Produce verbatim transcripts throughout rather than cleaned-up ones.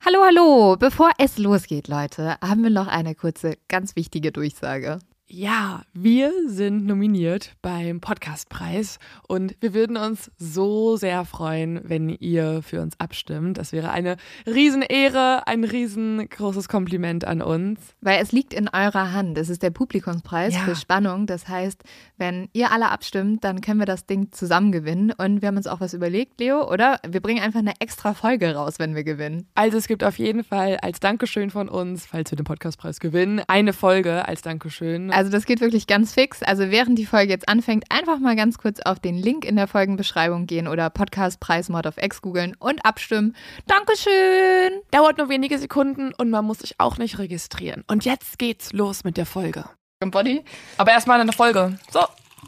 Hallo, hallo! Bevor es losgeht, Leute, haben wir noch eine kurze, ganz wichtige Durchsage. Ja, wir sind nominiert beim Podcastpreis und wir würden uns so sehr freuen, wenn ihr für uns abstimmt. Das wäre eine Riesenehre, ein riesengroßes Kompliment an uns. Weil es liegt in eurer Hand. Es ist der Publikumspreis Ja. für Spannung. Das heißt, wenn ihr alle abstimmt, dann können wir das Ding zusammen gewinnen. Und wir haben uns auch was überlegt, Leo, oder? Wir bringen einfach eine extra Folge raus, wenn wir gewinnen. Also es gibt auf jeden Fall als Dankeschön von uns, falls wir den Podcastpreis gewinnen, eine Folge als Dankeschön. Also das geht wirklich ganz fix. Also während die Folge jetzt anfängt, einfach mal ganz kurz auf den Link in der Folgenbeschreibung gehen oder Podcastpreis Mord of X googeln und abstimmen. Dankeschön! Dauert nur wenige Sekunden und man muss sich auch nicht registrieren. Und jetzt geht's los mit der Folge. Body. Aber erstmal eine Folge. So.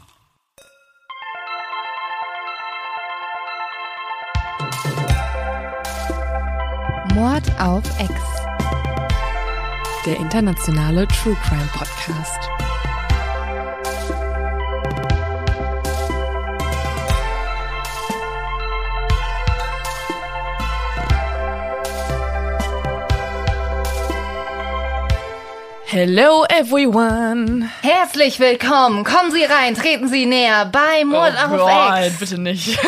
Mord auf X. Der internationale True Crime Podcast. Hello everyone. Herzlich willkommen. Kommen Sie rein, treten Sie näher bei Mord oh auf Gott, X. bitte nicht.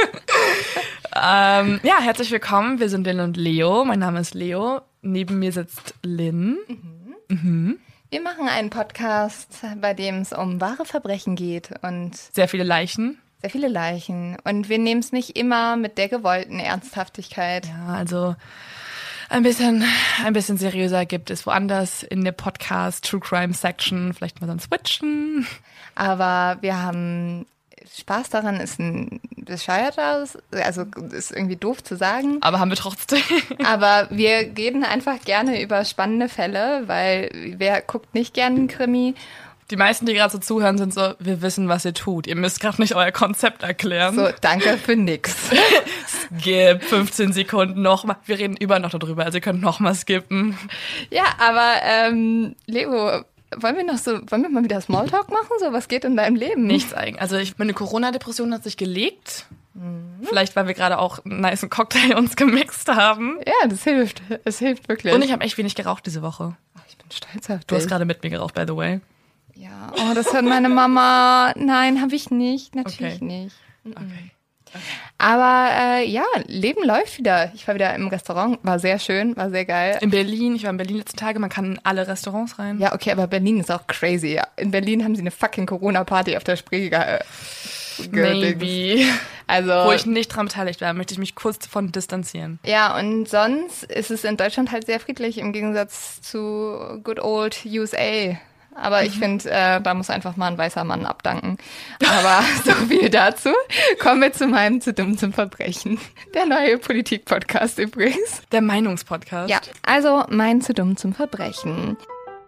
ähm, ja, herzlich willkommen. Wir sind Lynn und Leo. Mein Name ist Leo. Neben mir sitzt Lynn. Mhm. Mhm. Wir machen einen Podcast, bei dem es um wahre Verbrechen geht und Sehr viele Leichen. sehr viele Leichen. Und wir nehmen es nicht immer mit der gewollten Ernsthaftigkeit. Ja, also ein bisschen, ein bisschen seriöser gibt es woanders in der Podcast True Crime Section. Vielleicht mal so ein Switchen. Aber wir haben Spaß daran, ist ein bescheuerter, also ist irgendwie doof zu sagen. Aber haben wir trotzdem. Aber wir reden einfach gerne über spannende Fälle, weil wer guckt nicht gerne einen Krimi? Die meisten, die gerade so zuhören, sind so, wir wissen, was ihr tut. Ihr müsst gerade nicht euer Konzept erklären. So, danke für nix. Skip, fünfzehn Sekunden nochmal. Wir reden über noch darüber, also ihr könnt nochmal skippen. Ja, aber ähm, Leo, wollen wir noch so, wollen wir mal wieder Smalltalk machen? So, was geht in deinem Leben? Nichts eigentlich. Also ich, meine Corona-Depression hat sich gelegt. Mhm. Vielleicht, weil wir gerade auch einen nicen Cocktail uns gemixt haben. Ja, das hilft. Es hilft wirklich. Und ich habe echt wenig geraucht diese Woche. Oh, ich bin stolz auf dich. Du hast gerade mit mir geraucht, by the way. Ja, oh, das hört meine Mama. Nein, habe ich nicht. Natürlich Okay. nicht. Okay. Aber äh, ja, Leben läuft wieder. Ich war wieder im Restaurant, war sehr schön, war sehr geil. In Berlin, ich war in Berlin letzten Tage, man kann in alle Restaurants rein. Ja, okay, aber Berlin ist auch crazy. In Berlin haben sie eine fucking Corona-Party auf der Spree ge äh, gedingst. Maybe. Also, Wo ich nicht dran beteiligt war, möchte ich mich kurz davon distanzieren. ja, und sonst ist es in Deutschland halt sehr friedlich im Gegensatz zu good old U S A. Aber ich finde, äh, da muss einfach mal ein weißer Mann abdanken. Aber so viel dazu. Kommen wir zu meinem Zu dumm zum Verbrechen. Der neue Politik-Podcast übrigens. Der Meinungspodcast. Ja, also mein Zu dumm zum Verbrechen.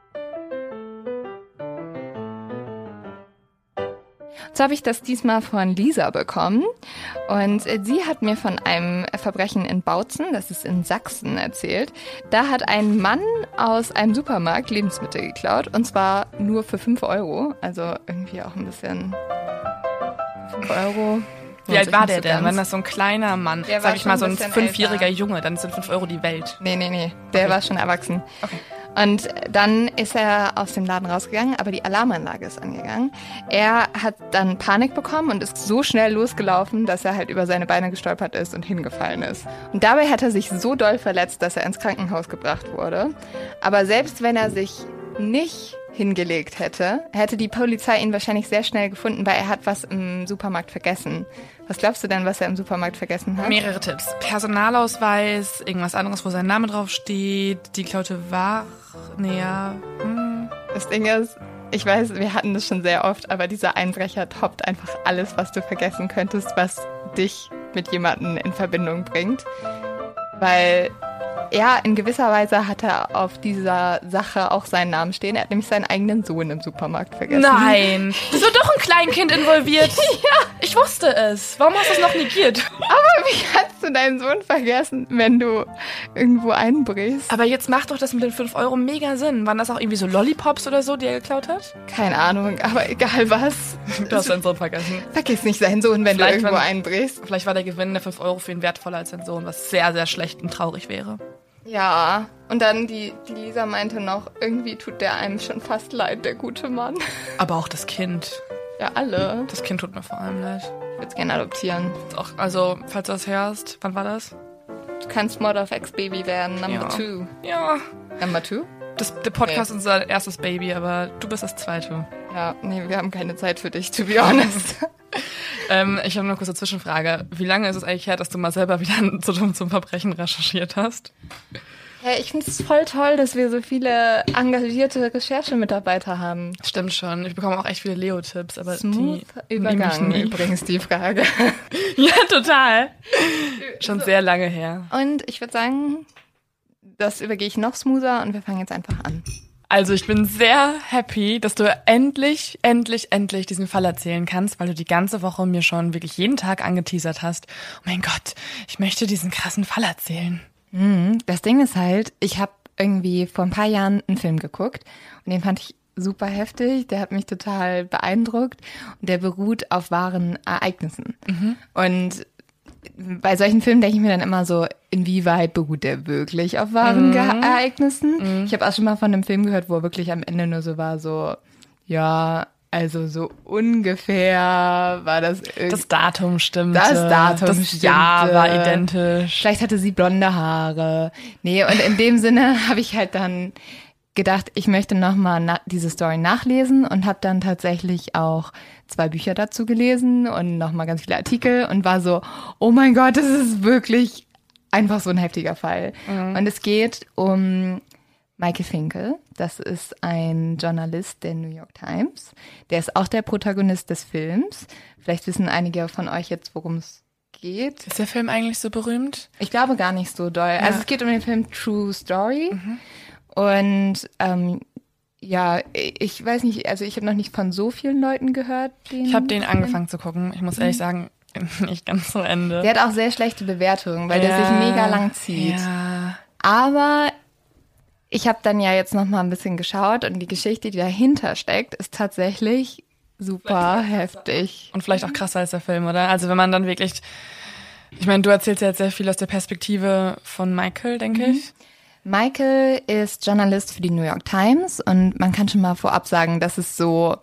So habe ich das diesmal von Lisa bekommen und sie hat mir von einem Verbrechen in Bautzen, das ist in Sachsen, erzählt. Da hat ein Mann aus einem Supermarkt Lebensmittel geklaut und zwar nur für fünf Euro, also irgendwie auch ein bisschen fünf Euro. Wie alt war der so denn? ganz. Wenn das so ein kleiner Mann, Der war sag ich mal, so schon ein ein bisschen fünfjähriger älter. Junge, dann sind fünf Euro die Welt. Nee, nee, nee, der Okay. war schon erwachsen. Okay. Und dann ist er aus dem Laden rausgegangen, aber die Alarmanlage ist angegangen. Er hat dann Panik bekommen und ist so schnell losgelaufen, dass er halt über seine Beine gestolpert ist und hingefallen ist. Und dabei hat er sich so doll verletzt, dass er ins Krankenhaus gebracht wurde. Aber selbst wenn er sich nicht hingelegt hätte, hätte die Polizei ihn wahrscheinlich sehr schnell gefunden, weil er hat was im Supermarkt vergessen. Was glaubst du denn, was er im Supermarkt vergessen hat? Mehrere Tipps. Personalausweis, irgendwas anderes, wo sein Name drauf steht, die geklaute Ware. Nee, ja. Hm. Das Ding ist, ich weiß, wir hatten das schon sehr oft, aber dieser Einbrecher toppt einfach alles, was du vergessen könntest, was dich mit jemandem in Verbindung bringt. Weil ja, in gewisser Weise hat er auf dieser Sache auch seinen Namen stehen. Er hat nämlich seinen eigenen Sohn im Supermarkt vergessen. Nein, ist doch doch ein Kleinkind involviert. Ja. Ich wusste es. Warum hast du es noch negiert? Aber wie kannst du deinen Sohn vergessen, wenn du irgendwo einbrichst? Aber jetzt macht doch das mit den fünf Euro mega Sinn. Waren das auch irgendwie so Lollipops oder so, die er geklaut hat? Keine Ahnung, aber egal was. Du hast deinen Sohn vergessen. Vergiss nicht seinen Sohn, wenn Vielleicht du irgendwo wenn- einbrichst. Vielleicht war der Gewinn der fünf Euro für ihn wertvoller als sein Sohn, was sehr, sehr schlecht und traurig wäre. Ja, und dann die, die Lisa meinte noch, irgendwie tut der einem schon fast leid, der gute Mann. Aber auch das Kind. Ja, alle. Das Kind tut mir vor allem leid. Ich würde es gerne adoptieren. Auch, also, falls du das hörst, wann war das? Du kannst Mod of Ex-Baby werden, Number Ja. Two. Ja. Number Two? Das, der Podcast Nee. ist unser erstes Baby, aber du bist das zweite. Ja, nee, wir haben keine Zeit für dich, to be honest. Ähm, ich habe noch eine kurze Zwischenfrage. Wie lange ist es eigentlich her, dass du mal selber wieder zu dumm zum Verbrechen recherchiert hast? Hey, ich finde es voll toll, dass wir so viele engagierte Recherchemitarbeiter haben. Stimmt schon. Ich bekomme auch echt viele Leo-Tipps, aber Smooth die Übergang nehme ich nie. übrigens die Frage. Ja, total. Schon sehr lange her. Und ich würde sagen, das übergehe ich noch smoother und wir fangen jetzt einfach an. Also ich bin sehr happy, dass du endlich, endlich, endlich diesen Fall erzählen kannst, weil du die ganze Woche mir schon wirklich jeden Tag angeteasert hast. Oh mein Gott, ich möchte diesen krassen Fall erzählen. Das Ding ist halt, ich habe irgendwie vor ein paar Jahren einen Film geguckt und den fand ich super heftig. Der hat mich total beeindruckt und der beruht auf wahren Ereignissen. Mhm. Und bei solchen Filmen denke ich mir dann immer so, inwieweit beruht der wirklich auf wahren Mhm. Ge- Ereignissen? Mhm. Ich habe auch schon mal von einem Film gehört, wo wirklich am Ende nur so war, so, ja, also so ungefähr war das irgendwie. Das Datum stimmte. Das Datum Das stimmte. Jahr war identisch. Vielleicht hatte sie blonde Haare. Nee, und in dem Sinne habe ich halt dann gedacht, ich möchte nochmal na- diese Story nachlesen und habe dann tatsächlich auch zwei Bücher dazu gelesen und nochmal ganz viele Artikel und war so, oh mein Gott, das ist wirklich einfach so ein heftiger Fall. Mhm. Und es geht um Michael Finkel. Das ist ein Journalist der New York Times. Der ist auch der Protagonist des Films. Vielleicht wissen einige von euch jetzt, worum es geht. Ist der Film eigentlich so berühmt? Ich glaube gar nicht so doll. Ja. Also es geht um den Film True Story. Mhm. Und ähm, ja, ich weiß nicht, also ich habe noch nicht von so vielen Leuten gehört. Den Ich habe den angefangen zu gucken. Ich muss ehrlich sagen, nicht ganz zu Ende. Der hat auch sehr schlechte Bewertungen, weil der sich mega lang zieht. Ja. Aber ich habe dann ja jetzt noch mal ein bisschen geschaut und die Geschichte, die dahinter steckt, ist tatsächlich super heftig. Und vielleicht auch krasser als der Film, oder? Also wenn man dann wirklich, ich meine, du erzählst ja jetzt sehr viel aus der Perspektive von Michael, denke Mhm. ich. Michael ist Journalist für die New York Times und man kann schon mal vorab sagen, das ist so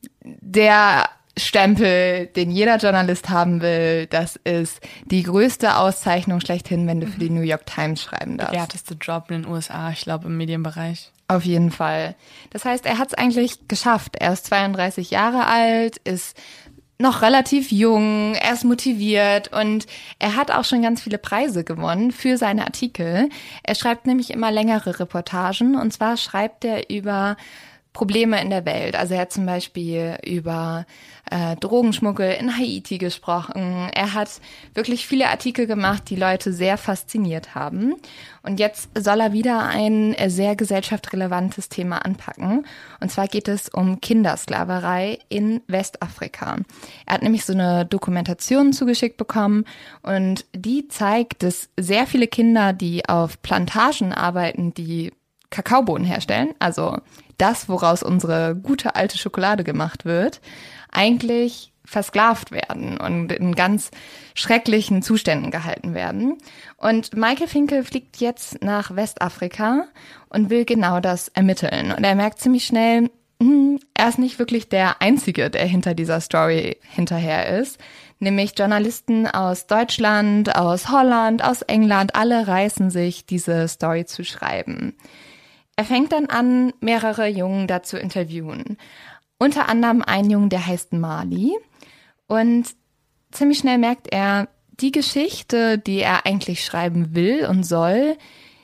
der Stempel, den jeder Journalist haben will. Das ist die größte Auszeichnung schlechthin, wenn du für die New York Times schreiben darfst. Der härteste Job in den U S A, ich glaube, im Medienbereich. Auf jeden Fall. Das heißt, er hat es eigentlich geschafft. Er ist zweiunddreißig Jahre alt, ist noch relativ jung, er ist motiviert und er hat auch schon ganz viele Preise gewonnen für seine Artikel. Er schreibt nämlich immer längere Reportagen und zwar schreibt er über Probleme in der Welt. Also er hat zum Beispiel über äh, Drogenschmuggel in Haiti gesprochen. Er hat wirklich viele Artikel gemacht, die Leute sehr fasziniert haben. Und jetzt soll er wieder ein äh, sehr gesellschaftsrelevantes Thema anpacken. Und zwar geht es um Kindersklaverei in Westafrika. Er hat nämlich so eine Dokumentation zugeschickt bekommen und die zeigt, dass sehr viele Kinder, die auf Plantagen arbeiten, die Kakaobohnen herstellen, also das, woraus unsere gute alte Schokolade gemacht wird, eigentlich versklavt werden und in ganz schrecklichen Zuständen gehalten werden. Und Michael Finkel fliegt jetzt nach Westafrika und will genau das ermitteln. Und er merkt ziemlich schnell, hm, er ist nicht wirklich der Einzige, der hinter dieser Story hinterher ist. Nämlich Journalisten aus Deutschland, aus Holland, aus England, alle reißen sich, diese Story zu schreiben. Er fängt dann an, mehrere Jungen da zu interviewen. Unter anderem einen Jungen, der heißt Marley. Und ziemlich schnell merkt er, die Geschichte, die er eigentlich schreiben will und soll,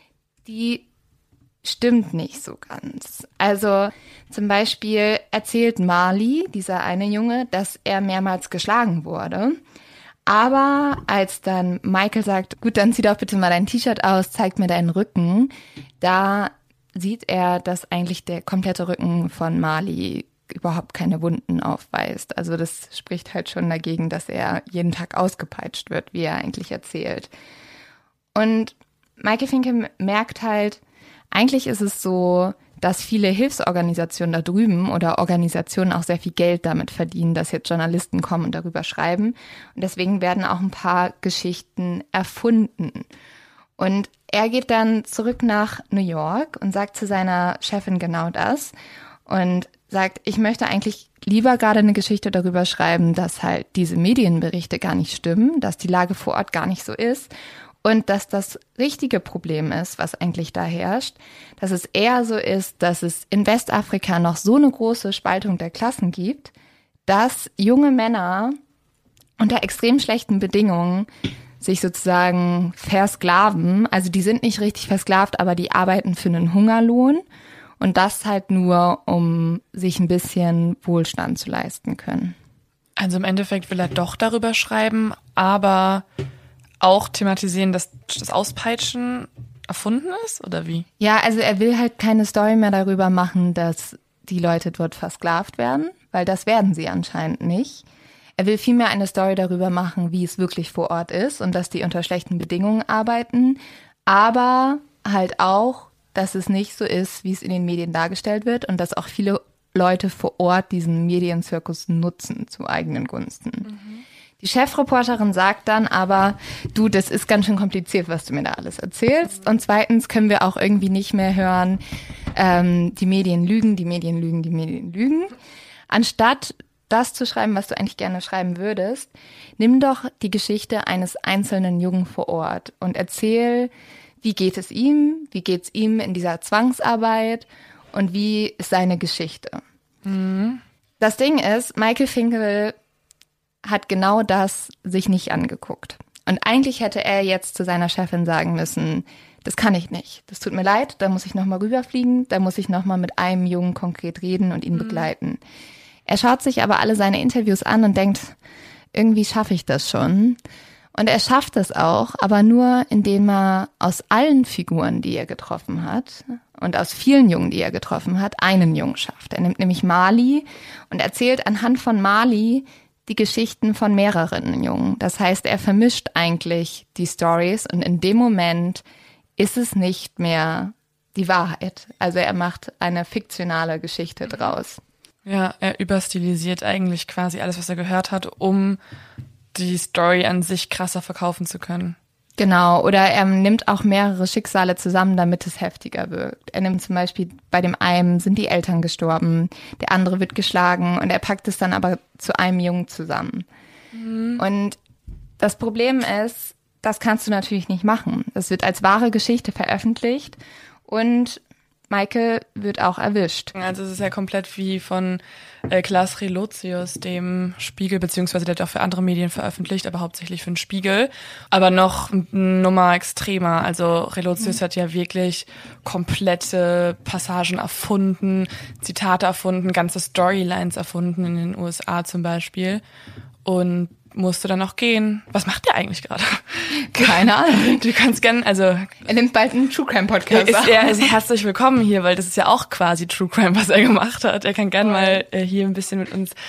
die stimmt nicht so ganz. Also zum Beispiel erzählt Marley, dieser eine Junge, dass er mehrmals geschlagen wurde. Aber als dann Michael sagt, gut, dann zieh doch bitte mal dein T-Shirt aus, zeig mir deinen Rücken, da sieht er, dass eigentlich der komplette Rücken von Marley überhaupt keine Wunden aufweist. Also das spricht halt schon dagegen, dass er jeden Tag ausgepeitscht wird, wie er eigentlich erzählt. Und Michael Finkel merkt halt, eigentlich ist es so, dass viele Hilfsorganisationen da drüben oder Organisationen auch sehr viel Geld damit verdienen, dass jetzt Journalisten kommen und darüber schreiben. Und deswegen werden auch ein paar Geschichten erfunden. Und er geht dann zurück nach New York und sagt zu seiner Chefin genau das und sagt, ich möchte eigentlich lieber gerade eine Geschichte darüber schreiben, dass halt diese Medienberichte gar nicht stimmen, dass die Lage vor Ort gar nicht so ist und dass das richtige Problem ist, was eigentlich da herrscht, dass es eher so ist, dass es in Westafrika noch so eine große Spaltung der Klassen gibt, dass junge Männer unter extrem schlechten Bedingungen sich sozusagen versklaven. Also die sind nicht richtig versklavt, aber die arbeiten für einen Hungerlohn und das halt nur, um sich ein bisschen Wohlstand zu leisten können. Also im Endeffekt will er doch darüber schreiben, aber auch thematisieren, dass das Auspeitschen erfunden ist, oder wie? Ja, also er will halt keine Story mehr darüber machen, dass die Leute dort versklavt werden, weil das werden sie anscheinend nicht. Er will vielmehr eine Story darüber machen, wie es wirklich vor Ort ist und dass die unter schlechten Bedingungen arbeiten, aber halt auch, dass es nicht so ist, wie es in den Medien dargestellt wird und dass auch viele Leute vor Ort diesen Medienzirkus nutzen zu eigenen Gunsten. Mhm. Die Chefreporterin sagt dann aber, du, das ist ganz schön kompliziert, was du mir da alles erzählst. Und zweitens können wir auch irgendwie nicht mehr hören, ähm, die Medien lügen, die Medien lügen, die Medien lügen. Anstatt das zu schreiben, was du eigentlich gerne schreiben würdest, nimm doch die Geschichte eines einzelnen Jungen vor Ort und erzähl, wie geht es ihm, wie geht's ihm in dieser Zwangsarbeit und wie ist seine Geschichte. Mhm. Das Ding ist, Michael Finkel hat genau das sich nicht angeguckt. Und eigentlich hätte er jetzt zu seiner Chefin sagen müssen, das kann ich nicht, das tut mir leid, da muss ich nochmal rüberfliegen, da muss ich nochmal mit einem Jungen konkret reden und ihn mhm. begleiten. Er schaut sich aber alle seine Interviews an und denkt, irgendwie schaffe ich das schon. Und er schafft es auch, aber nur, indem er aus allen Figuren, die er getroffen hat und aus vielen Jungen, die er getroffen hat, einen Jungen schafft. Er nimmt nämlich Mali und erzählt anhand von Mali die Geschichten von mehreren Jungen. Das heißt, er vermischt eigentlich die Stories und in dem Moment ist es nicht mehr die Wahrheit. Also er macht eine fiktionale Geschichte draus. Ja, er überstilisiert eigentlich quasi alles, was er gehört hat, um die Story an sich krasser verkaufen zu können. Genau, oder er nimmt auch mehrere Schicksale zusammen, damit es heftiger wirkt. Er nimmt zum Beispiel, bei dem einen sind die Eltern gestorben, der andere wird geschlagen und er packt es dann aber zu einem Jungen zusammen. Mhm. Und das Problem ist, das kannst du natürlich nicht machen. Das wird als wahre Geschichte veröffentlicht und Michael wird auch erwischt. Also es ist ja komplett wie von äh, Klaas Relotius, dem Spiegel, beziehungsweise der hat auch für andere Medien veröffentlicht, aber hauptsächlich für den Spiegel. Aber noch eine Nummer extremer. Also Relotius mhm. hat ja wirklich komplette Passagen erfunden, Zitate erfunden, ganze Storylines erfunden in den U S A zum Beispiel. Und musste dann auch gehen. Was macht der eigentlich gerade? Keine Ahnung. Du kannst gerne, also... Er nimmt bald einen True Crime Podcast. Ist er ist herzlich willkommen hier, weil das ist ja auch quasi True Crime, was er gemacht hat. Er kann gerne oh. mal äh, hier ein bisschen mit uns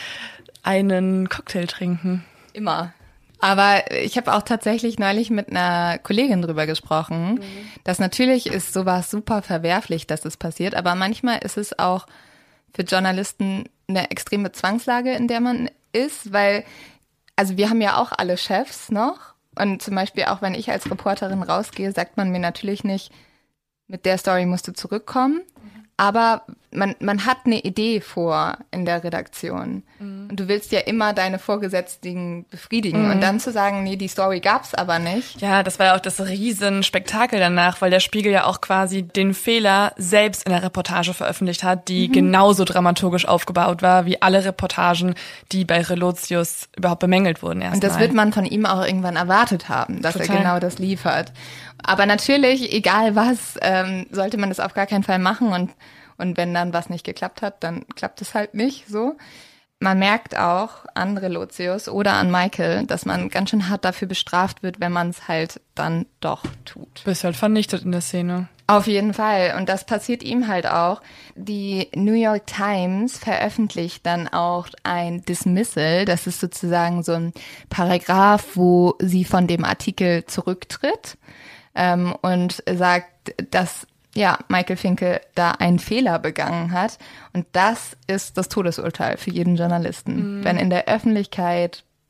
einen Cocktail trinken. Immer. Aber ich habe auch tatsächlich neulich mit einer Kollegin drüber gesprochen, mhm. dass natürlich ist sowas super verwerflich, dass das passiert, aber manchmal ist es auch für Journalisten eine extreme Zwangslage, in der man ist, weil also wir haben ja auch alle Chefs noch und zum Beispiel auch wenn ich als Reporterin rausgehe, sagt man mir natürlich nicht, mit der Story musst du zurückkommen, aber man man hat eine Idee vor in der Redaktion mhm. und du willst ja immer deine Vorgesetzten befriedigen mhm. und dann zu sagen, nee, die Story gab's aber nicht. Ja, das war ja auch das Riesenspektakel danach, weil der Spiegel ja auch quasi den Fehler selbst in der Reportage veröffentlicht hat, die mhm. genauso dramaturgisch aufgebaut war, wie alle Reportagen, die bei Relotius überhaupt bemängelt wurden erstmal. Und das wird man von ihm auch irgendwann erwartet haben, dass Total. er genau das liefert. Aber natürlich, egal was, ähm, sollte man das auf gar keinen Fall machen und und wenn dann was nicht geklappt hat, dann klappt es halt nicht so. Man merkt auch an Relotius oder an Michael, dass man ganz schön hart dafür bestraft wird, wenn man es halt dann doch tut. Du bist halt vernichtet in der Szene. Auf jeden Fall. Und das passiert ihm halt auch. Die New York Times veröffentlicht dann auch ein Dismissal. Das ist sozusagen so ein Paragraph, wo sie von dem Artikel zurücktritt ähm, und sagt, dass ja, Michael Finkel da einen Fehler begangen hat. Und das ist das Todesurteil für jeden Journalisten. Mhm. Wenn in der Öffentlichkeit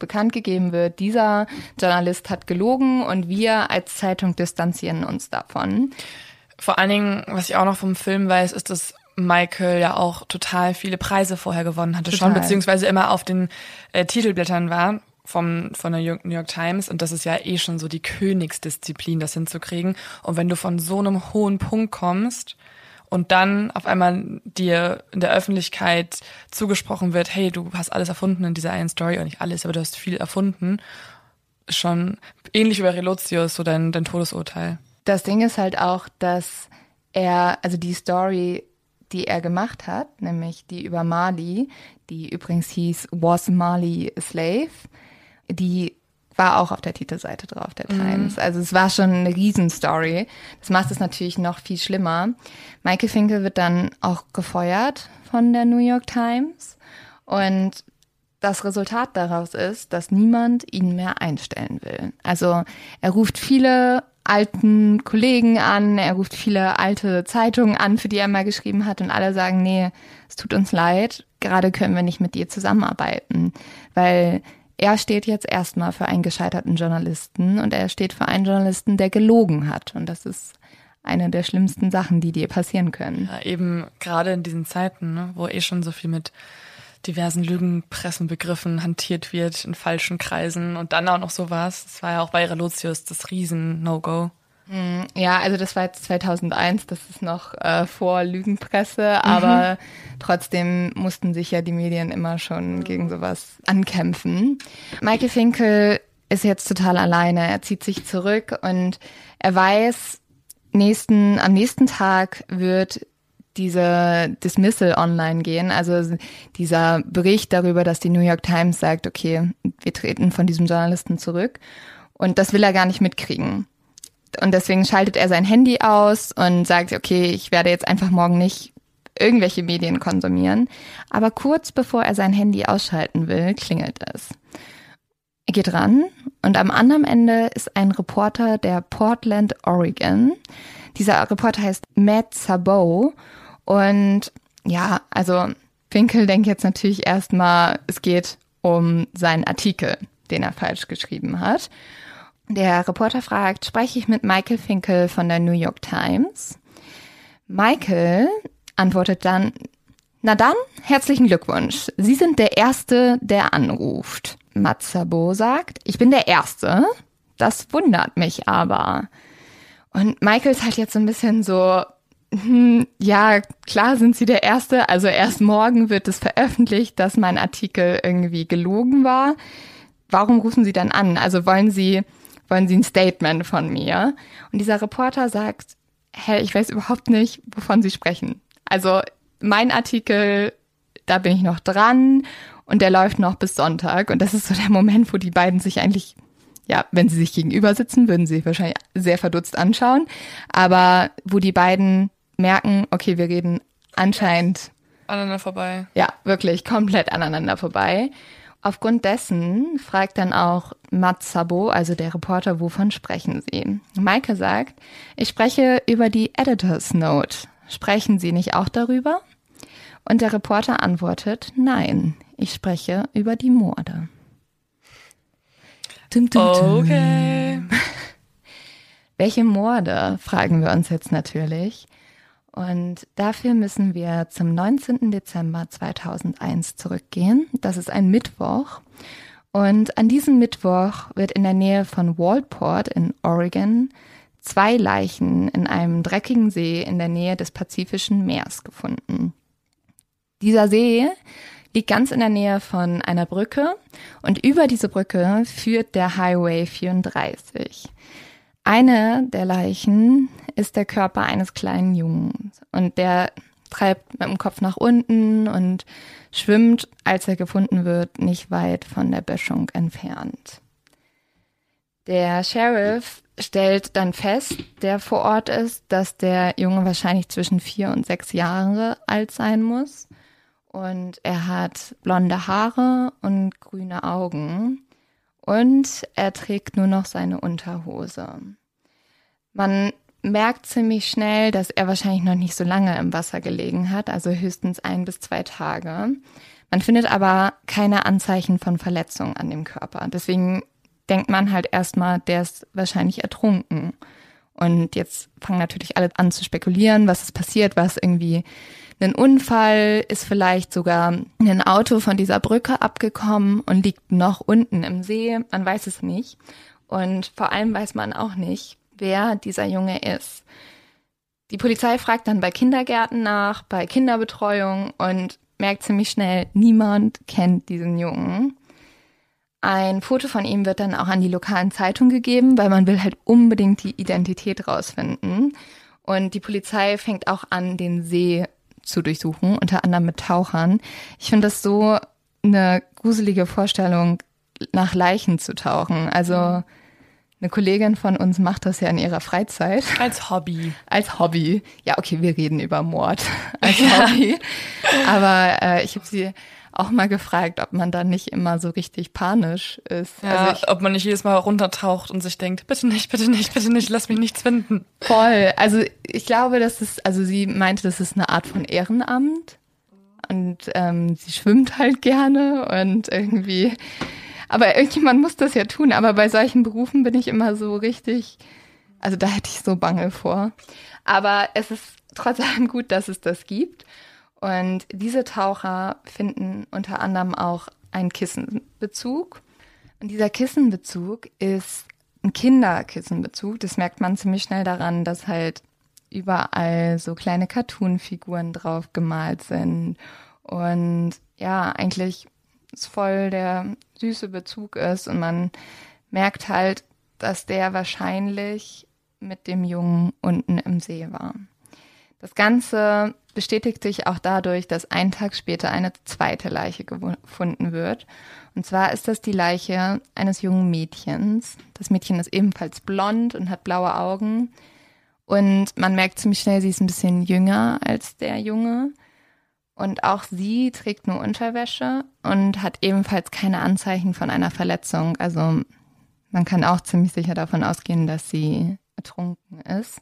bekannt gegeben wird, dieser Journalist hat gelogen und wir als Zeitung distanzieren uns davon. Vor allen Dingen, was ich auch noch vom Film weiß, ist, dass Michael ja auch total viele Preise vorher gewonnen hatte total. schon, beziehungsweise immer auf den äh, Titelblättern war vom von der New York Times, und das ist ja eh schon so die Königsdisziplin, das hinzukriegen. Und wenn du von so einem hohen Punkt kommst und dann auf einmal dir in der Öffentlichkeit zugesprochen wird, hey, du hast alles erfunden in dieser einen Story, und nicht alles, aber du hast viel erfunden, ist schon ähnlich wie bei Relotius, so dein, dein Todesurteil. Das Ding ist halt auch, dass er, also die Story, die er gemacht hat, nämlich die über Marley, die übrigens hieß Was Marley a Slave, die war auch auf der Titelseite drauf, der Times. Mhm. Also es war schon eine Riesenstory. Das macht es natürlich noch viel schlimmer. Michael Finkel wird dann auch gefeuert von der New York Times, und das Resultat daraus ist, dass niemand ihn mehr einstellen will. Also er ruft viele alten Kollegen an, er ruft viele alte Zeitungen an, für die er mal geschrieben hat, und alle sagen, nee, es tut uns leid, gerade können wir nicht mit dir zusammenarbeiten, weil er steht jetzt erstmal für einen gescheiterten Journalisten, und er steht für einen Journalisten, der gelogen hat, und das ist eine der schlimmsten Sachen, die dir passieren können. Ja, eben gerade in diesen Zeiten, ne, wo eh schon so viel mit diversen Lügenpressenbegriffen hantiert wird in falschen Kreisen, und dann auch noch sowas. Das war ja auch bei Relotius das Riesen-No-Go. Ja, also das war jetzt zweitausendeins, das ist noch äh, vor Lügenpresse, aber mhm. trotzdem mussten sich ja die Medien immer schon mhm. gegen sowas ankämpfen. Michael Finkel ist jetzt total alleine, er zieht sich zurück, und er weiß, nächsten, am nächsten Tag wird diese Dismissal online gehen, also dieser Bericht darüber, dass die New York Times sagt, okay, wir treten von diesem Journalisten zurück, und das will er gar nicht mitkriegen. Und deswegen schaltet er sein Handy aus und sagt, okay, ich werde jetzt einfach morgen nicht irgendwelche Medien konsumieren. Aber kurz bevor er sein Handy ausschalten will, klingelt es. Er geht ran, und am anderen Ende ist ein Reporter der Portland, Oregon. Dieser Reporter heißt Matt Sabow. Und ja, also Finkel denkt jetzt natürlich erstmal, es geht um seinen Artikel, den er falsch geschrieben hat. Der Reporter fragt, spreche ich mit Michael Finkel von der New York Times? Michael antwortet dann, na dann, herzlichen Glückwunsch. Sie sind der Erste, der anruft. Matt Sabow sagt, ich bin der Erste. Das wundert mich aber. Und Michael ist halt jetzt so ein bisschen so, hm, ja, klar sind Sie der Erste. Also erst morgen wird es veröffentlicht, dass mein Artikel irgendwie gelogen war. Warum rufen Sie dann an? Also wollen Sie... wollen Sie ein Statement von mir? Und dieser Reporter sagt, hey, ich weiß überhaupt nicht, wovon Sie sprechen. Also mein Artikel, da bin ich noch dran, und der läuft noch bis Sonntag. Und das ist so der Moment, wo die beiden sich eigentlich, ja, wenn sie sich gegenüber sitzen, würden sie sich wahrscheinlich sehr verdutzt anschauen. Aber wo die beiden merken, okay, wir reden anscheinend aneinander vorbei. Ja, wirklich komplett aneinander vorbei. Aufgrund dessen fragt dann auch Matt Sabow, also der Reporter, wovon sprechen Sie? Michael sagt, ich spreche über die Editor's Note. Sprechen Sie nicht auch darüber? Und der Reporter antwortet, nein, ich spreche über die Morde. Dum, dum, dum. Okay. Welche Morde, fragen wir uns jetzt natürlich. Und dafür müssen wir zum neunzehnten Dezember zweitausendeins zurückgehen. Das ist ein Mittwoch. Und an diesem Mittwoch wird in der Nähe von Walport in Oregon zwei Leichen in einem dreckigen See in der Nähe des Pazifischen Meers gefunden. Dieser See liegt ganz in der Nähe von einer Brücke, und über diese Brücke führt der Highway vierunddreißig. Eine der Leichen ist der Körper eines kleinen Jungs, und der treibt mit dem Kopf nach unten und schwimmt, als er gefunden wird, nicht weit von der Böschung entfernt. Der Sheriff stellt dann fest, der vor Ort ist, dass der Junge wahrscheinlich zwischen vier und sechs Jahre alt sein muss, und er hat blonde Haare und grüne Augen. Und er trägt nur noch seine Unterhose. Man merkt ziemlich schnell, dass er wahrscheinlich noch nicht so lange im Wasser gelegen hat, also höchstens ein bis zwei Tage. Man findet aber keine Anzeichen von Verletzungen an dem Körper. Deswegen denkt man halt erstmal, der ist wahrscheinlich ertrunken. Und jetzt fangen natürlich alle an zu spekulieren, was ist passiert, war es irgendwie ein Unfall, ist vielleicht sogar ein Auto von dieser Brücke abgekommen und liegt noch unten im See, man weiß es nicht. Und vor allem weiß man auch nicht, wer dieser Junge ist. Die Polizei fragt dann bei Kindergärten nach, bei Kinderbetreuung und merkt ziemlich schnell, niemand kennt diesen Jungen. Ein Foto von ihm wird dann auch an die lokalen Zeitungen gegeben, weil man will halt unbedingt die Identität rausfinden. Und die Polizei fängt auch an, den See zu durchsuchen, unter anderem mit Tauchern. Ich finde das so eine gruselige Vorstellung, nach Leichen zu tauchen. Also eine Kollegin von uns macht das ja in ihrer Freizeit. Als Hobby. Als Hobby. Ja, okay, wir reden über Mord als Hobby. Aber äh, ich habe sie auch mal gefragt, ob man da nicht immer so richtig panisch ist. Ja, also ich, ob man nicht jedes Mal runtertaucht und sich denkt, bitte nicht, bitte nicht, bitte nicht, lass mich nichts finden. Voll. Also ich glaube, das ist, also sie meinte, das ist eine Art von Ehrenamt. Und ähm, sie schwimmt halt gerne und irgendwie, aber irgendjemand muss das ja tun. Aber bei solchen Berufen bin ich immer so richtig, also da hätte ich so Bange vor. Aber es ist trotzdem gut, dass es das gibt. Und diese Taucher finden unter anderem auch einen Kissenbezug. Und dieser Kissenbezug ist ein Kinderkissenbezug. Das merkt man ziemlich schnell daran, dass halt überall so kleine Cartoon-Figuren drauf gemalt sind. Und ja, eigentlich ist voll der süße Bezug ist. Und man merkt halt, dass der wahrscheinlich mit dem Jungen unten im See war. Das Ganze bestätigt sich auch dadurch, dass einen Tag später eine zweite Leiche gefunden wird. Und zwar ist das die Leiche eines jungen Mädchens. Das Mädchen ist ebenfalls blond und hat blaue Augen. Und man merkt ziemlich schnell, sie ist ein bisschen jünger als der Junge. Und auch sie trägt nur Unterwäsche und hat ebenfalls keine Anzeichen von einer Verletzung. Also man kann auch ziemlich sicher davon ausgehen, dass sie ertrunken ist.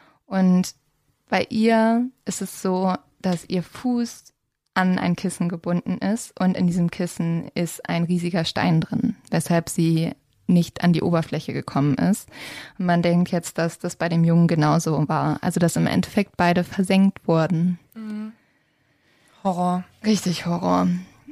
Und bei ihr ist es so, dass ihr Fuß an ein Kissen gebunden ist und in diesem Kissen ist ein riesiger Stein drin, weshalb sie nicht an die Oberfläche gekommen ist. Und man denkt jetzt, dass das bei dem Jungen genauso war. Also dass im Endeffekt beide versenkt wurden. Mhm. Horror. Richtig Horror.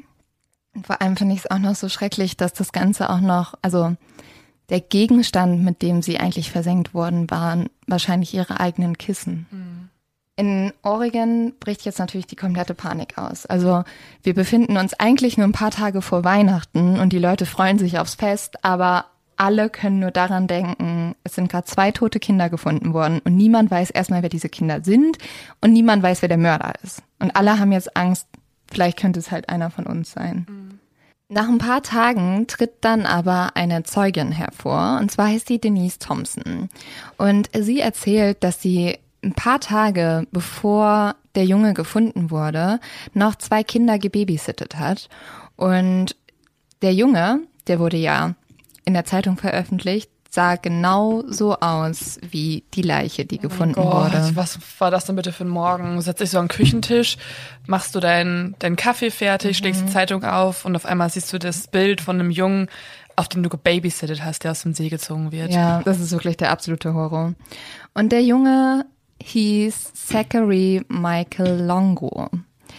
Und vor allem finde ich es auch noch so schrecklich, dass das Ganze auch noch, also der Gegenstand, mit dem sie eigentlich versenkt wurden, waren wahrscheinlich ihre eigenen Kissen. Mhm. In Oregon bricht jetzt natürlich die komplette Panik aus. Also wir befinden uns eigentlich nur ein paar Tage vor Weihnachten und die Leute freuen sich aufs Fest, aber alle können nur daran denken, es sind gerade zwei tote Kinder gefunden worden und niemand weiß erstmal, wer diese Kinder sind und niemand weiß, wer der Mörder ist. Und alle haben jetzt Angst, vielleicht könnte es halt einer von uns sein. Mhm. Nach ein paar Tagen tritt dann aber eine Zeugin hervor, und zwar heißt die Denise Thompson. Und sie erzählt, dass sie ein paar Tage bevor der Junge gefunden wurde, noch zwei Kinder gebabysittet hat. Und der Junge, der wurde ja in der Zeitung veröffentlicht, sah genau so aus wie die Leiche, die oh gefunden Gott, wurde. Was war das denn bitte für ein Morgen? Setzt dich so an den Küchentisch, machst du deinen deinen Kaffee fertig, mhm. schlägst die Zeitung auf und auf einmal siehst du das Bild von einem Jungen, auf den du gebabysittet hast, der aus dem See gezogen wird. Ja, das ist wirklich der absolute Horror. Und der Junge hieß Zachary Michael Longo.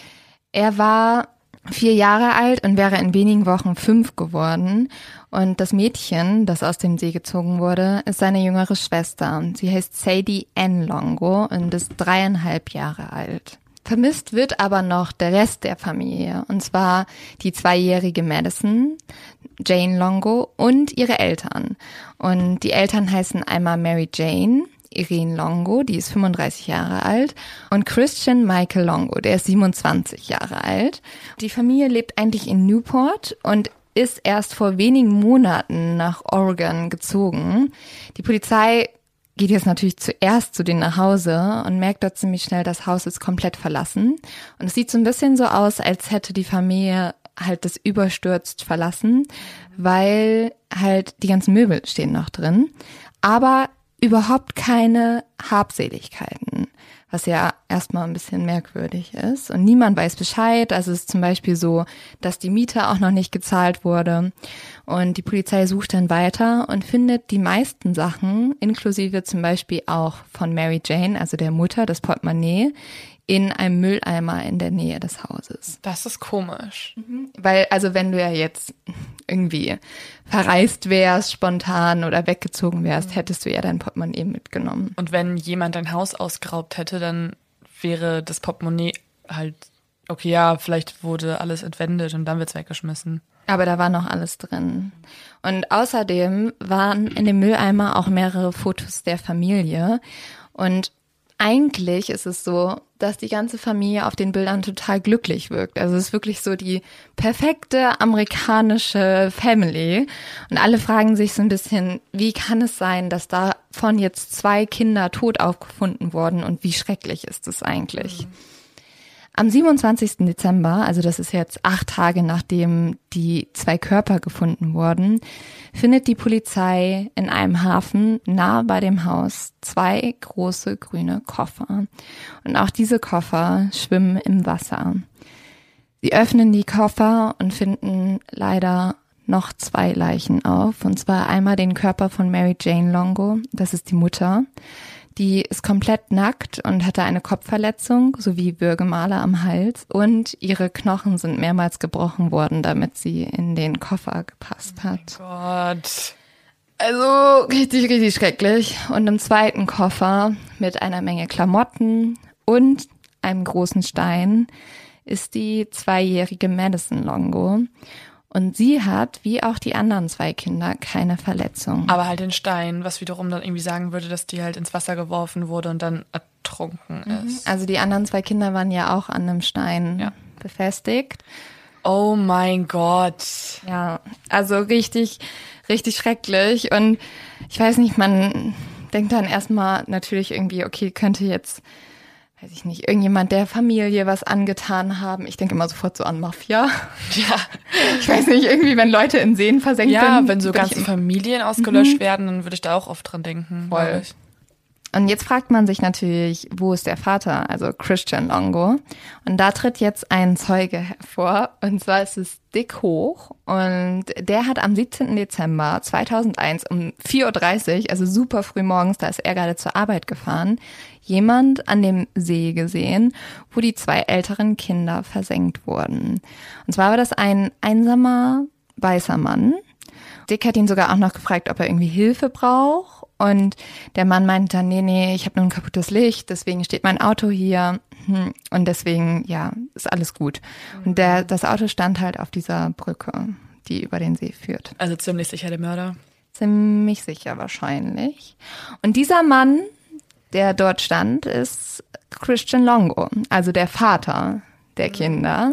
Er war vier Jahre alt und wäre in wenigen Wochen fünf geworden. Und das Mädchen, das aus dem See gezogen wurde, ist seine jüngere Schwester. Sie heißt Sadie Ann Longo und ist dreieinhalb Jahre alt. Vermisst wird aber noch der Rest der Familie. Und zwar die zweijährige Madison, Jane Longo und ihre Eltern. Und die Eltern heißen einmal Mary Jane, Irene Longo, die ist fünfunddreißig Jahre alt, und Christian Michael Longo, der ist siebenundzwanzig Jahre alt. Die Familie lebt eigentlich in Newport und ist erst vor wenigen Monaten nach Oregon gezogen. Die Polizei geht jetzt natürlich zuerst zu denen nach Hause und merkt dort ziemlich schnell, das Haus ist komplett verlassen. Und es sieht so ein bisschen so aus, als hätte die Familie halt das überstürzt verlassen, weil halt die ganzen Möbel stehen noch drin. Aber überhaupt keine Habseligkeiten. was ja erstmal ein bisschen merkwürdig ist. Und niemand weiß Bescheid. Also es ist zum Beispiel so, dass die Miete auch noch nicht gezahlt wurde. Und die Polizei sucht dann weiter und findet die meisten Sachen, inklusive zum Beispiel auch von Mary Jane, also der Mutter, das Portemonnaie, in einem Mülleimer in der Nähe des Hauses. Das ist komisch. Mhm. Weil, also wenn du ja jetzt irgendwie verreist wärst, spontan oder weggezogen wärst, hättest du ja dein Portemonnaie mitgenommen. Und wenn jemand dein Haus ausgeraubt hätte, dann wäre das Portemonnaie halt, okay, ja, vielleicht wurde alles entwendet und dann wird's weggeschmissen. Aber da war noch alles drin. Und außerdem waren in dem Mülleimer auch mehrere Fotos der Familie. Und eigentlich ist es so, dass die ganze Familie auf den Bildern total glücklich wirkt. Also es ist wirklich so die perfekte amerikanische Family. Und alle fragen sich so ein bisschen, wie kann es sein, dass davon jetzt zwei Kinder tot aufgefunden wurden und wie schrecklich ist es eigentlich? Mhm. Am siebenundzwanzigsten Dezember, also das ist jetzt acht Tage nachdem die zwei Körper gefunden wurden, findet die Polizei in einem Hafen nah bei dem Haus zwei große grüne Koffer. Und auch diese Koffer schwimmen im Wasser. Sie öffnen die Koffer und finden leider noch zwei Leichen auf. Und zwar einmal den Körper von Mary Jane Longo, das ist die Mutter. Die ist komplett nackt und hatte eine Kopfverletzung sowie Würgemale am Hals und ihre Knochen sind mehrmals gebrochen worden, damit sie in den Koffer gepasst hat. Oh Gott. Also richtig, richtig schrecklich. Und im zweiten Koffer mit einer Menge Klamotten und einem großen Stein ist die zweijährige Madison Longo. Und sie hat, wie auch die anderen zwei Kinder, keine Verletzung. Aber halt den Stein, was wiederum dann irgendwie sagen würde, dass die halt ins Wasser geworfen wurde und dann ertrunken ist. Also die anderen zwei Kinder waren ja auch an einem Stein ja. befestigt. Oh mein Gott. Ja, also richtig, richtig schrecklich. Und ich weiß nicht, man denkt dann erstmal natürlich irgendwie, okay, könnte jetzt, weiß ich nicht, irgendjemand der Familie was angetan haben. Ich denke immer sofort so an Mafia. Ja. Ich weiß nicht, irgendwie, wenn Leute in Seen versenkt ja, werden. Ja, wenn so ganze Familien ausgelöscht mhm. werden, dann würde ich da auch oft dran denken. Voll. Und jetzt fragt man sich natürlich, wo ist der Vater, also Christian Longo? Und da tritt jetzt ein Zeuge hervor, und zwar ist es Dick Hoch. Und der hat am siebzehnten Dezember zweitausendeins um vier Uhr dreißig, also super früh morgens, da ist er gerade zur Arbeit gefahren, jemand an dem See gesehen, wo die zwei älteren Kinder versenkt wurden. Und zwar war das ein einsamer, weißer Mann. Dick hat ihn sogar auch noch gefragt, ob er irgendwie Hilfe braucht. Und der Mann meinte dann, nee, nee, ich habe nur ein kaputtes Licht, deswegen steht mein Auto hier. Und deswegen, ja, ist alles gut. Und der, das Auto stand halt auf dieser Brücke, die über den See führt. Also ziemlich sicher der Mörder. Ziemlich sicher wahrscheinlich. Und dieser Mann, der dort stand, ist Christian Longo, also der Vater der Kinder.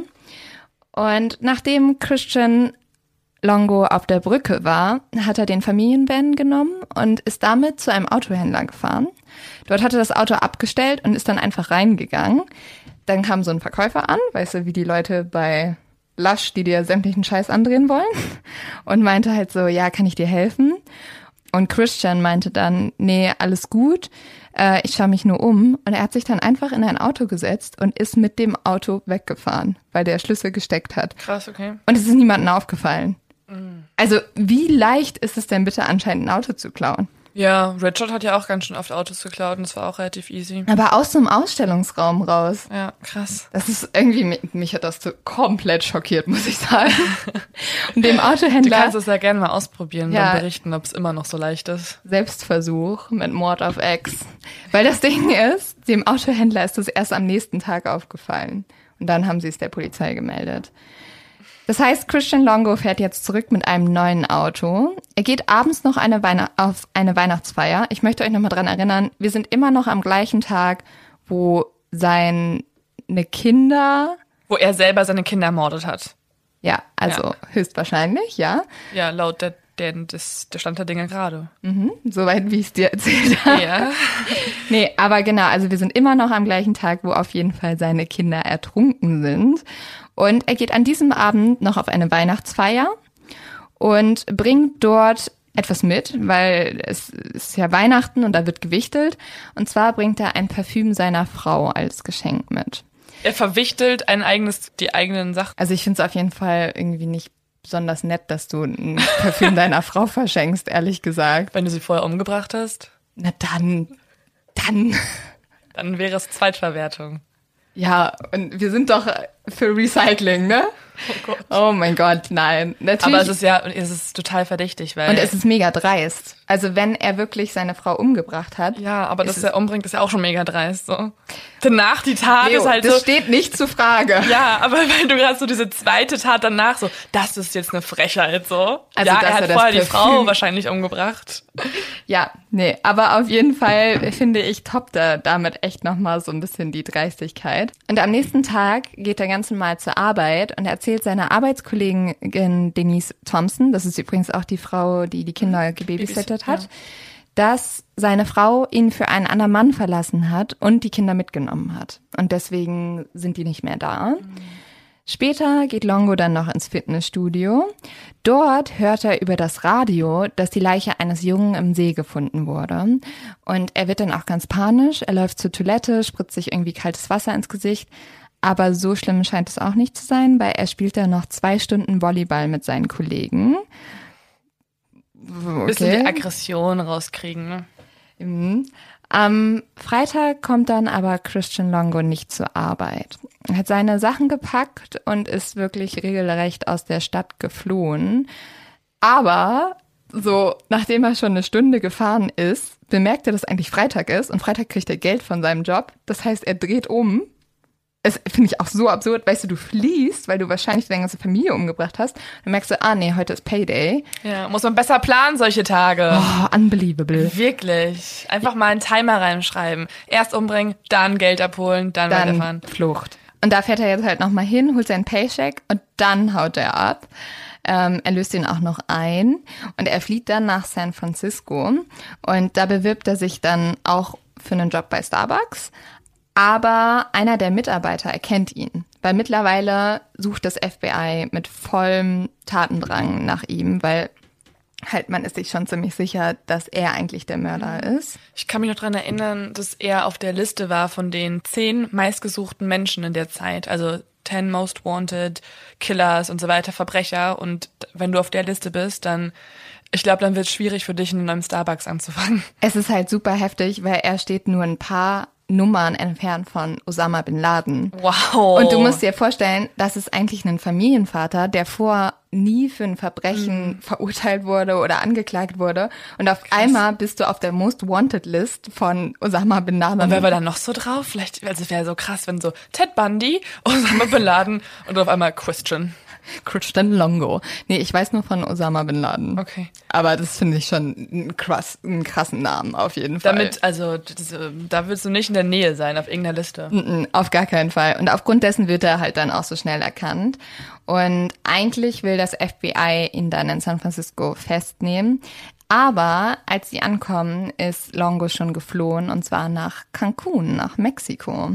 Und nachdem Christian Longo auf der Brücke war, hat er den Familienvan genommen und ist damit zu einem Autohändler gefahren. Dort hat er das Auto abgestellt und ist dann einfach reingegangen. Dann kam so ein Verkäufer an, weißt du, wie die Leute bei Lush, die dir sämtlichen Scheiß andrehen wollen, und meinte halt so, ja, kann ich dir helfen? Und Christian meinte dann, nee, alles gut, äh, ich schaue mich nur um. Und er hat sich dann einfach in ein Auto gesetzt und ist mit dem Auto weggefahren, weil der Schlüssel gesteckt hat. Krass, okay. Und es ist niemandem aufgefallen. Mhm. Also wie leicht ist es denn bitte anscheinend, ein Auto zu klauen? Ja, Richard hat ja auch ganz schön oft Autos geklaut und das war auch relativ easy. Aber aus so einem Ausstellungsraum raus. Ja, krass. Das ist irgendwie, mich, mich hat das so komplett schockiert, muss ich sagen. Und dem Autohändler... Du kannst es ja gerne mal ausprobieren und ja, dann berichten, ob es immer noch so leicht ist. Selbstversuch mit Mord auf Ex. Weil das Ding ist, dem Autohändler ist das erst am nächsten Tag aufgefallen. Und dann haben sie es der Polizei gemeldet. Das heißt, Christian Longo fährt jetzt zurück mit einem neuen Auto. Er geht abends noch eine Weihnacht- auf eine Weihnachtsfeier. Ich möchte euch nochmal dran erinnern, wir sind immer noch am gleichen Tag, wo seine Kinder... Wo er selber seine Kinder ermordet hat. Ja, also ja. höchstwahrscheinlich, ja. Ja, laut der, der, des, der Stand der Dinge gerade. Mhm, soweit, wie ich es dir erzählt habe. Ja. Nee, aber genau, also wir sind immer noch am gleichen Tag, wo auf jeden Fall seine Kinder ertrunken sind. Und er geht an diesem Abend noch auf eine Weihnachtsfeier und bringt dort etwas mit, weil es ist ja Weihnachten und da wird gewichtelt. Und zwar bringt er ein Parfüm seiner Frau als Geschenk mit. Er verwichtelt ein eigenes, die eigenen Sachen. Also ich finde es auf jeden Fall irgendwie nicht besonders nett, dass du ein Parfüm deiner Frau verschenkst, ehrlich gesagt. Wenn du sie vorher umgebracht hast? Na dann, dann. Dann wäre es Zweitverwertung. Ja, und wir sind doch für Recycling, ne? Oh Gott. Oh mein Gott, nein. Natürlich. Aber es ist ja, es ist total verdächtig, weil... Und es ist mega dreist. Also wenn er wirklich seine Frau umgebracht hat... Ja, aber dass er umbringt, ist ja auch schon mega dreist, so. Danach die Tat Leo, ist halt das so... Das steht nicht zur Frage. Ja, aber weil du gerade so diese zweite Tat danach so, das ist jetzt eine Frechheit, so. Also, ja, er hat er vorher die Parfüm Frau wahrscheinlich umgebracht. Ja, nee, aber auf jeden Fall, finde ich, toppt er damit echt nochmal so ein bisschen die Dreistigkeit. Und am nächsten Tag geht er ganz normal zur Arbeit und erzählt seiner Arbeitskollegin Denise Thompson, das ist übrigens auch die Frau, die die Kinder gebabysittert hat, ja. dass seine Frau ihn für einen anderen Mann verlassen hat und die Kinder mitgenommen hat. Und deswegen sind die nicht mehr da. Mhm. Später geht Longo dann noch ins Fitnessstudio. Dort hört er über das Radio, dass die Leiche eines Jungen im See gefunden wurde. Und er wird dann auch ganz panisch. Er läuft zur Toilette, spritzt sich irgendwie kaltes Wasser ins Gesicht. Aber so schlimm scheint es auch nicht zu sein, weil er spielt dann noch zwei Stunden Volleyball mit seinen Kollegen. Okay. Bisschen die Aggression rauskriegen, ne? Mhm. Am Freitag kommt dann aber Christian Longo nicht zur Arbeit. Er hat seine Sachen gepackt und ist wirklich regelrecht aus der Stadt geflohen. Aber so, nachdem er schon eine Stunde gefahren ist, bemerkt er, dass eigentlich Freitag ist und Freitag kriegt er Geld von seinem Job. Das heißt, er dreht um. Das finde ich auch so absurd, weißt du, du fliehst, weil du wahrscheinlich deine ganze Familie umgebracht hast. Dann merkst du, ah nee, heute ist Payday. Ja, muss man besser planen, solche Tage. Oh, unbelievable. Wirklich. Einfach mal einen Timer reinschreiben. Erst umbringen, dann Geld abholen, dann, dann weiterfahren. Flucht. Und da fährt er jetzt halt nochmal hin, holt seinen Paycheck und dann haut er ab. Ähm, er löst ihn auch noch ein und er flieht dann nach San Francisco. Und da bewirbt er sich dann auch für einen Job bei Starbucks. Aber einer der Mitarbeiter erkennt ihn, weil mittlerweile sucht das F B I mit vollem Tatendrang nach ihm, weil halt man ist sich schon ziemlich sicher, dass er eigentlich der Mörder ist. Ich kann mich noch dran erinnern, dass er auf der Liste war von den zehn meistgesuchten Menschen in der Zeit, also ten most wanted, Killers und so weiter, Verbrecher. Und wenn du auf der Liste bist, dann, ich glaube, dann wird es schwierig für dich, in einem neuen Starbucks anzufangen. Es ist halt super heftig, weil er steht nur ein paar Nummern entfernt von Osama Bin Laden. Wow. Und du musst dir vorstellen, das ist eigentlich ein Familienvater, der vorher nie für ein Verbrechen mhm. verurteilt wurde oder angeklagt wurde. Und auf Krass. einmal bist du auf der Most Wanted List von Osama Bin Laden. Und wer war da noch so drauf? Vielleicht, also es wäre so krass, wenn so Ted Bundy, Osama Bin Laden und auf einmal Christian. Christian Longo. Nee, ich weiß nur von Osama Bin Laden. Okay. Aber das finde ich schon einen, krass, einen krassen Namen auf jeden Fall. Damit, also das, da willst du nicht in der Nähe sein auf irgendeiner Liste. Mm-mm, auf gar keinen Fall. Und aufgrund dessen wird er halt dann auch so schnell erkannt. Und eigentlich will das F B I ihn dann in San Francisco festnehmen. Aber als sie ankommen, ist Longo schon geflohen und zwar nach Cancun, nach Mexiko.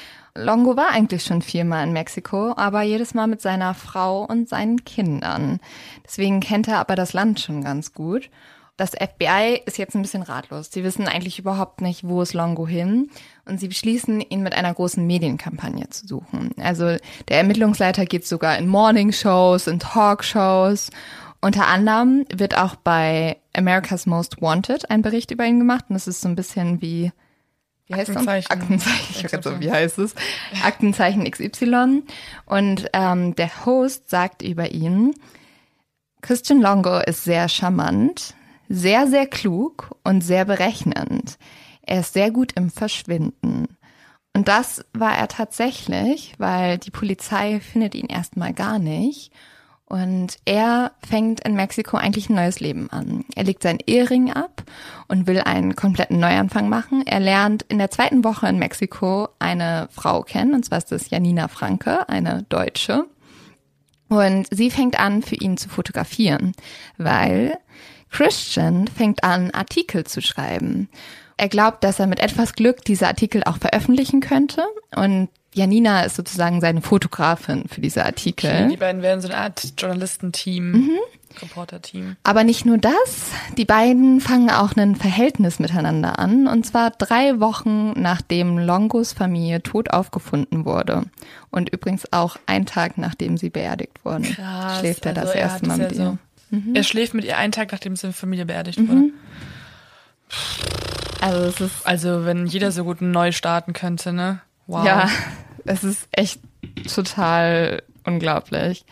Longo war eigentlich schon viermal in Mexiko, aber jedes Mal mit seiner Frau und seinen Kindern. Deswegen kennt er aber das Land schon ganz gut. Das F B I ist jetzt ein bisschen ratlos. Sie wissen eigentlich überhaupt nicht, wo ist Longo hin. Und sie beschließen, ihn mit einer großen Medienkampagne zu suchen. Also der Ermittlungsleiter geht sogar in Morningshows, in Talkshows. Unter anderem wird auch bei America's Most Wanted ein Bericht über ihn gemacht. Und das ist so ein bisschen wie... Wie heißt Aktenzeichen. das? Aktenzeichen. Ich so, wie heißt es? Aktenzeichen X Y. Und ähm, der Host sagt über ihn, Christian Longo ist sehr charmant, sehr, sehr klug und sehr berechnend. Er ist sehr gut im Verschwinden. Und das war er tatsächlich, weil die Polizei findet ihn erstmal gar nicht. Und er fängt in Mexiko eigentlich ein neues Leben an. Er legt seinen Ehering ab und will einen kompletten Neuanfang machen. Er lernt in der zweiten Woche in Mexiko eine Frau kennen, und zwar ist das Janina Franke, eine Deutsche. Und sie fängt an, für ihn zu fotografieren, weil Christian fängt an, Artikel zu schreiben. Er glaubt, dass er mit etwas Glück diese Artikel auch veröffentlichen könnte und Janina ist sozusagen seine Fotografin für diese Artikel. Okay, die beiden werden so eine Art Journalistenteam, mhm. Reporter-Team. Aber nicht nur das, die beiden fangen auch ein Verhältnis miteinander an. Und zwar drei Wochen, nachdem Longos Familie tot aufgefunden wurde. Und übrigens auch einen Tag, nachdem sie beerdigt wurden. Krass, schläft er also das er erste Mal ja mit so. ihr. Mhm. Er schläft mit ihr einen Tag, nachdem seine Familie beerdigt mhm. wurde. Also es ist... Also wenn jeder so gut neu starten könnte, ne? Wow. Ja, es ist echt total unglaublich.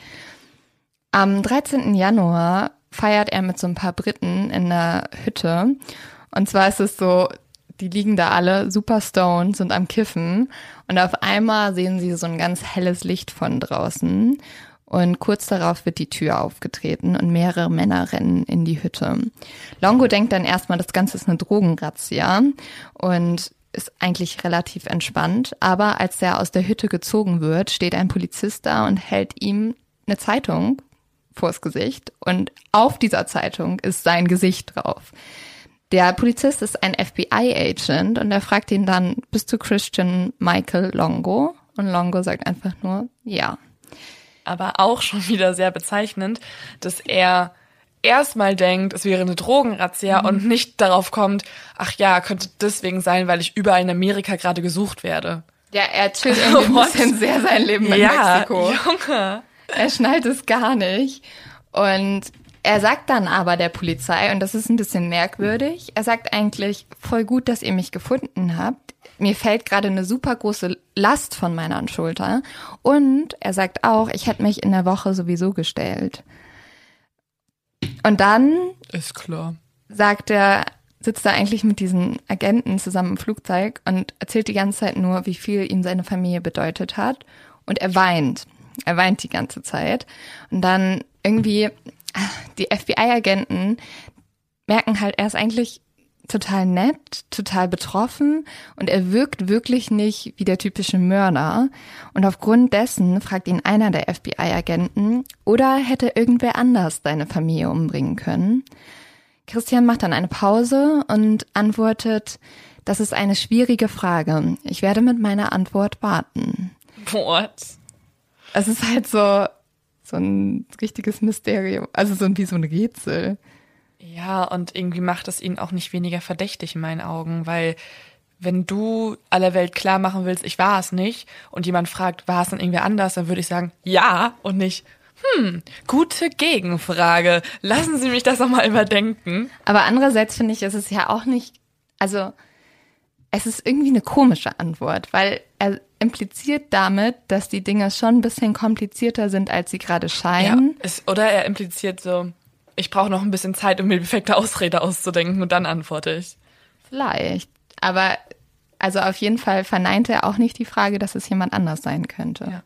Am dreizehnten Januar feiert er mit so ein paar Briten in einer Hütte. Und zwar ist es so, die liegen da alle super stoned, sind am Kiffen. Und auf einmal sehen sie so ein ganz helles Licht von draußen. Und kurz darauf wird die Tür aufgetreten und mehrere Männer rennen in die Hütte. Longo denkt dann erstmal, das Ganze ist eine Drogenrazzia und ist eigentlich relativ entspannt. Aber als er aus der Hütte gezogen wird, steht ein Polizist da und hält ihm eine Zeitung vors Gesicht. Und auf dieser Zeitung ist sein Gesicht drauf. Der Polizist ist ein F B I-Agent und er fragt ihn dann, bist du Christian Michael Longo? Und Longo sagt einfach nur, ja. Aber auch schon wieder sehr bezeichnend, dass er erstmal denkt, es wäre eine Drogenrazzia mhm. und nicht darauf kommt, ach ja, könnte deswegen sein, weil ich überall in Amerika gerade gesucht werde. Ja, er chillt irgendwie ein bisschen sehr sein Leben in ja, Mexiko. Junge. Er schnallt es gar nicht. Und er sagt dann aber der Polizei, und das ist ein bisschen merkwürdig, er sagt eigentlich, voll gut, dass ihr mich gefunden habt. Mir fällt gerade eine super große Last von meiner Schulter. Und er sagt auch, ich hätte mich in der Woche sowieso gestellt. Und dann ist klar. sagt er, sitzt er eigentlich mit diesen Agenten zusammen im Flugzeug und erzählt die ganze Zeit nur, wie viel ihm seine Familie bedeutet hat. Und er weint. Er weint die ganze Zeit. Und dann irgendwie, die F B I-Agenten merken halt, er ist eigentlich total nett, total betroffen und er wirkt wirklich nicht wie der typische Mörder. Und aufgrund dessen fragt ihn einer der F B I-Agenten, oder hätte irgendwer anders deine Familie umbringen können? Christian macht dann eine Pause und antwortet, das ist eine schwierige Frage. Ich werde mit meiner Antwort warten. What? Es ist halt so, so ein richtiges Mysterium, also so ein, wie so ein Rätsel. Ja, und irgendwie macht es ihn auch nicht weniger verdächtig in meinen Augen, weil wenn du aller Welt klar machen willst, ich war es nicht, und jemand fragt, war es dann irgendwer anders, dann würde ich sagen, ja, und nicht, hm, gute Gegenfrage. Lassen Sie mich das nochmal überdenken. Aber andererseits finde ich, ist es ja auch nicht, also es ist irgendwie eine komische Antwort, weil er impliziert damit, dass die Dinge schon ein bisschen komplizierter sind, als sie gerade scheinen. Ja, es, oder er impliziert so, ich brauche noch ein bisschen Zeit, um mir die perfekte Ausrede auszudenken, und dann antworte ich. Vielleicht. Aber also auf jeden Fall verneint er auch nicht die Frage, dass es jemand anders sein könnte. Ja.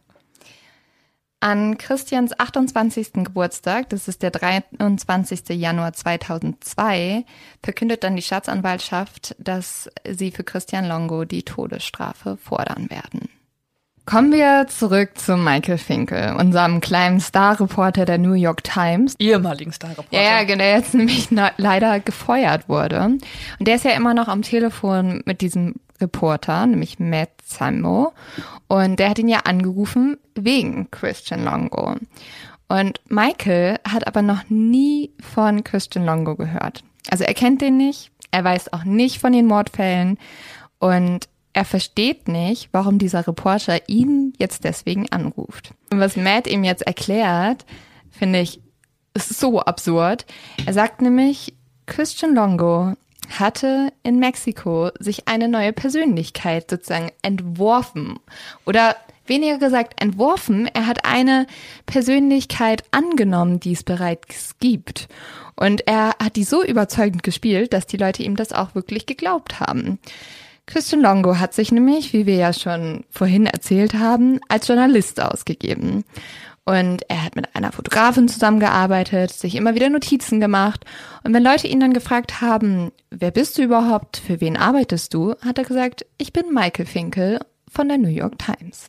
An Christians achtundzwanzigsten Geburtstag, das ist der dreiundzwanzigsten Januar zweitausendzwei, verkündet dann die Staatsanwaltschaft, dass sie für Christian Longo die Todesstrafe fordern werden. Kommen wir zurück zu Michael Finkel, unserem kleinen Star-Reporter der New York Times. Ehemaligen Star-Reporter. Ja, ja, der jetzt nämlich leider gefeuert wurde. Und der ist ja immer noch am Telefon mit diesem Reporter, nämlich Matt Sammo. Und der hat ihn ja angerufen wegen Christian Longo. Und Michael hat aber noch nie von Christian Longo gehört. Also er kennt den nicht, er weiß auch nicht von den Mordfällen und er versteht nicht, warum dieser Reporter ihn jetzt deswegen anruft. Und was Matt ihm jetzt erklärt, finde ich, ist so absurd. Er sagt nämlich, Christian Longo hatte in Mexiko sich eine neue Persönlichkeit sozusagen entworfen. Oder weniger gesagt entworfen, er hat eine Persönlichkeit angenommen, die es bereits gibt. Und er hat die so überzeugend gespielt, dass die Leute ihm das auch wirklich geglaubt haben. Christian Longo hat sich nämlich, wie wir ja schon vorhin erzählt haben, als Journalist ausgegeben. Und er hat mit einer Fotografin zusammengearbeitet, sich immer wieder Notizen gemacht. Und wenn Leute ihn dann gefragt haben, wer bist du überhaupt, für wen arbeitest du, hat er gesagt, ich bin Michael Finkel von der New York Times.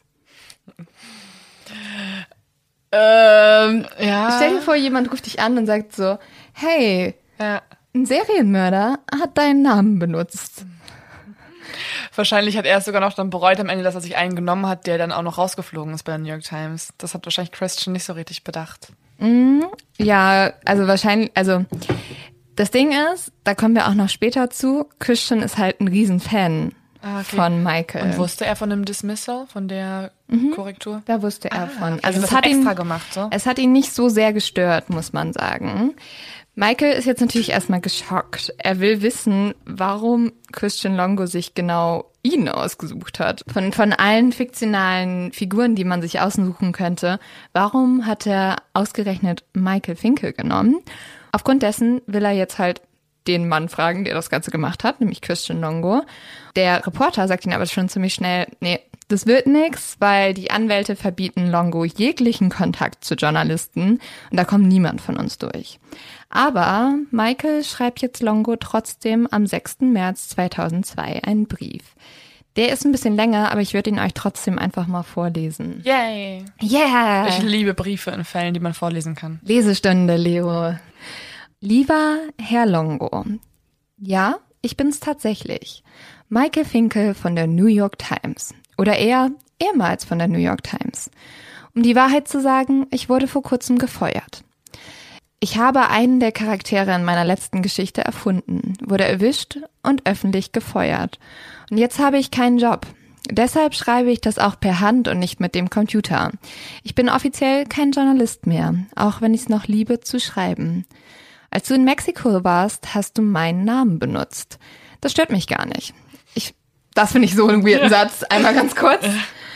Ähm, ja. Stell dir vor, jemand ruft dich an und sagt so, hey, ja. ein Serienmörder hat deinen Namen benutzt. Wahrscheinlich hat er es sogar noch dann bereut am Ende, dass er sich einen genommen hat, der dann auch noch rausgeflogen ist bei der New York Times. Das hat wahrscheinlich Christian nicht so richtig bedacht. Mm, ja, also wahrscheinlich, also das Ding ist, da kommen wir auch noch später zu, Christian ist halt ein Riesenfan ah, okay. von Michael. Und wusste er von dem Dismissal, von der mhm, Korrektur? Da wusste er ah, von. Okay. Also es hat extra ihn, gemacht, so? Es hat ihn nicht so sehr gestört, muss man sagen. Michael ist jetzt natürlich erstmal geschockt. Er will wissen, warum Christian Longo sich genau ihn ausgesucht hat. Von, von allen fiktionalen Figuren, die man sich aussuchen könnte, warum hat er ausgerechnet Michael Finkel genommen? Aufgrund dessen will er jetzt halt den Mann fragen, der das Ganze gemacht hat, nämlich Christian Longo. Der Reporter sagt ihn aber schon ziemlich schnell, nee, das wird nix, weil die Anwälte verbieten Longo jeglichen Kontakt zu Journalisten und da kommt niemand von uns durch. Aber Michael schreibt jetzt Longo trotzdem am sechsten März zweitausendzwei einen Brief. Der ist ein bisschen länger, aber ich würde ihn euch trotzdem einfach mal vorlesen. Yay! Yeah! Ich liebe Briefe in Fällen, die man vorlesen kann. Lesestunde, Leo. Lieber Herr Longo, ja, ich bin's tatsächlich. Michael Finkel von der New York Times. Oder eher ehemals von der New York Times. Um die Wahrheit zu sagen, ich wurde vor kurzem gefeuert. Ich habe einen der Charaktere in meiner letzten Geschichte erfunden, wurde erwischt und öffentlich gefeuert. Und jetzt habe ich keinen Job. Deshalb schreibe ich das auch per Hand und nicht mit dem Computer. Ich bin offiziell kein Journalist mehr, auch wenn ich es noch liebe zu schreiben. Als du in Mexiko warst, hast du meinen Namen benutzt. Das stört mich gar nicht. Ich, das finde ich so einen weirden Satz. Einmal ganz kurz.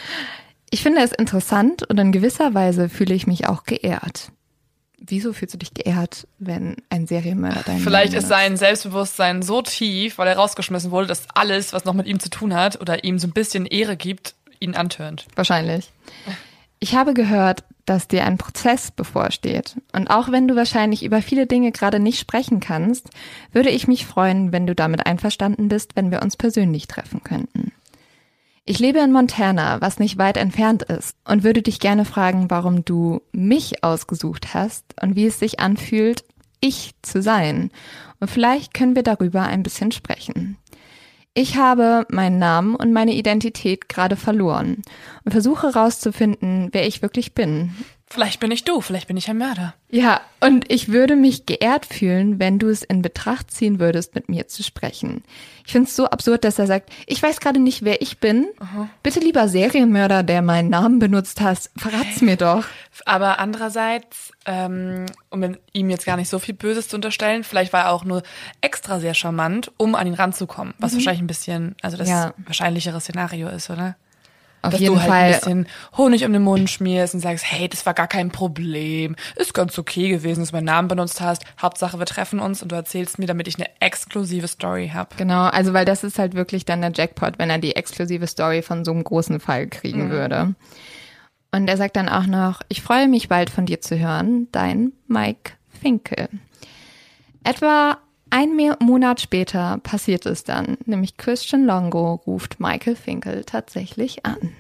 Ich finde es interessant und in gewisser Weise fühle ich mich auch geehrt. Wieso fühlst du dich geehrt, wenn ein Serienmörder deinen Vielleicht Namen ist sein Selbstbewusstsein so tief, weil er rausgeschmissen wurde, dass alles, was noch mit ihm zu tun hat oder ihm so ein bisschen Ehre gibt, ihn antörnt. Wahrscheinlich. Ich habe gehört, dass dir ein Prozess bevorsteht. Und auch wenn du wahrscheinlich über viele Dinge gerade nicht sprechen kannst, würde ich mich freuen, wenn du damit einverstanden bist, wenn wir uns persönlich treffen könnten. Ich lebe in Montana, was nicht weit entfernt ist, und würde dich gerne fragen, warum du mich ausgesucht hast und wie es sich anfühlt, ich zu sein. Und vielleicht können wir darüber ein bisschen sprechen. Ich habe meinen Namen und meine Identität gerade verloren und versuche herauszufinden, wer ich wirklich bin. Vielleicht bin ich du, vielleicht bin ich ein Mörder. Ja, und ich würde mich geehrt fühlen, wenn du es in Betracht ziehen würdest, mit mir zu sprechen. Ich finde es so absurd, dass er sagt, ich weiß gerade nicht, wer ich bin. Aha. Bitte, lieber Serienmörder, der meinen Namen benutzt hast, verrat's mir doch. Aber andererseits, ähm, um ihm jetzt gar nicht so viel Böses zu unterstellen, vielleicht war er auch nur extra sehr charmant, um an ihn ranzukommen. Was mhm. wahrscheinlich ein bisschen, also das ja. wahrscheinlichere Szenario ist, oder? Auf dass jeden du halt Fall. ein bisschen Honig um den Mund schmierst und sagst, hey, das war gar kein Problem. Ist ganz okay gewesen, dass du meinen Namen benutzt hast. Hauptsache, wir treffen uns und du erzählst mir, damit ich eine exklusive Story habe. Genau, also weil das ist halt wirklich dann der Jackpot, wenn er die exklusive Story von so einem großen Fall kriegen mhm. würde. Und er sagt dann auch noch, ich freue mich bald von dir zu hören, dein Mike Finkel. Etwa ein Monat später passiert es dann, nämlich Christian Longo ruft Michael Finkel tatsächlich an.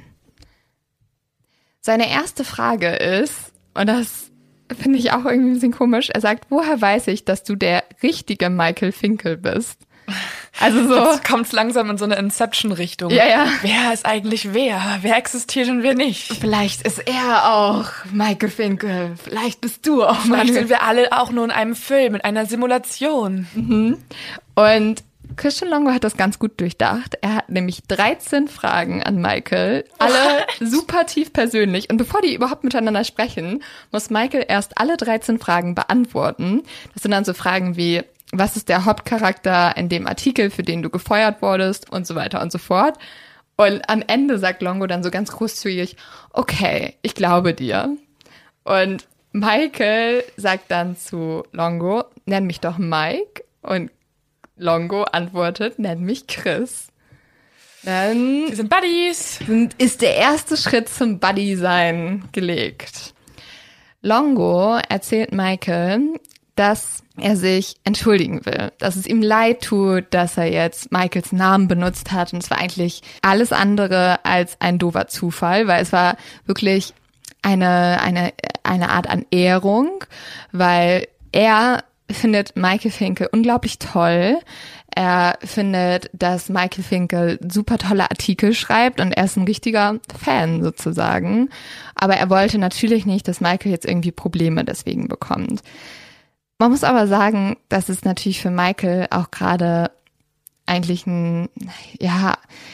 Seine erste Frage ist, und das finde ich auch irgendwie ein bisschen komisch, er sagt, woher weiß ich, dass du der richtige Michael Finkel bist? Also so. Jetzt kommt's langsam in so eine Inception-Richtung. Ja, ja. Wer ist eigentlich wer? Wer existiert und wer nicht? Vielleicht ist er auch Michael Finkel. Vielleicht bist du auch Vielleicht Michael. Sind wir alle auch nur in einem Film, in einer Simulation. Mhm. Und Christian Longo hat das ganz gut durchdacht. Er hat nämlich dreizehn Fragen an Michael, alle What? super tief persönlich. Und bevor die überhaupt miteinander sprechen, muss Michael erst alle dreizehn Fragen beantworten. Das sind dann so Fragen wie, was ist der Hauptcharakter in dem Artikel, für den du gefeuert wurdest und so weiter und so fort. Und am Ende sagt Longo dann so ganz großzügig, okay, ich glaube dir. Und Michael sagt dann zu Longo, nenn mich doch Mike. Und Longo antwortet, nenn mich Chris. Dann wir sind Buddies. Ist der erste Schritt zum Buddy-Sein gelegt. Longo erzählt Michael, dass er sich entschuldigen will, dass es ihm leid tut, dass er jetzt Michaels Namen benutzt hat. Und es war eigentlich alles andere als ein doofer Zufall, weil es war wirklich eine, eine, eine Art an Ehrung, weil er findet Michael Finkel unglaublich toll. Er findet, dass Michael Finkel super tolle Artikel schreibt und er ist ein richtiger Fan sozusagen. Aber er wollte natürlich nicht, dass Michael jetzt irgendwie Probleme deswegen bekommt. Man muss aber sagen, dass es natürlich für Michael auch gerade eigentlich ein, ja,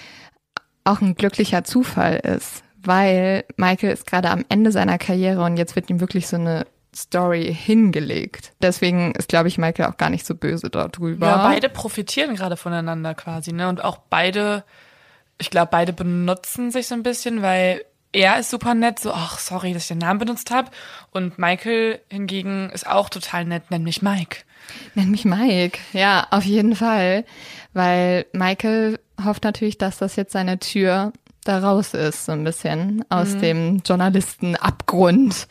auch ein glücklicher Zufall ist, weil Michael ist gerade am Ende seiner Karriere und jetzt wird ihm wirklich so eine Story hingelegt. Deswegen ist, glaube ich, Michael auch gar nicht so böse dort drüber. Ja, beide profitieren gerade voneinander quasi, ne? Und auch beide, ich glaube, beide benutzen sich so ein bisschen, weil er ist super nett, so, ach, sorry, dass ich den Namen benutzt habe. Und Michael hingegen ist auch total nett, nenn mich Mike. Nenn mich Mike, ja, auf jeden Fall. Weil Michael hofft natürlich, dass das jetzt seine Tür da raus ist, so ein bisschen aus mhm. dem Journalistenabgrund.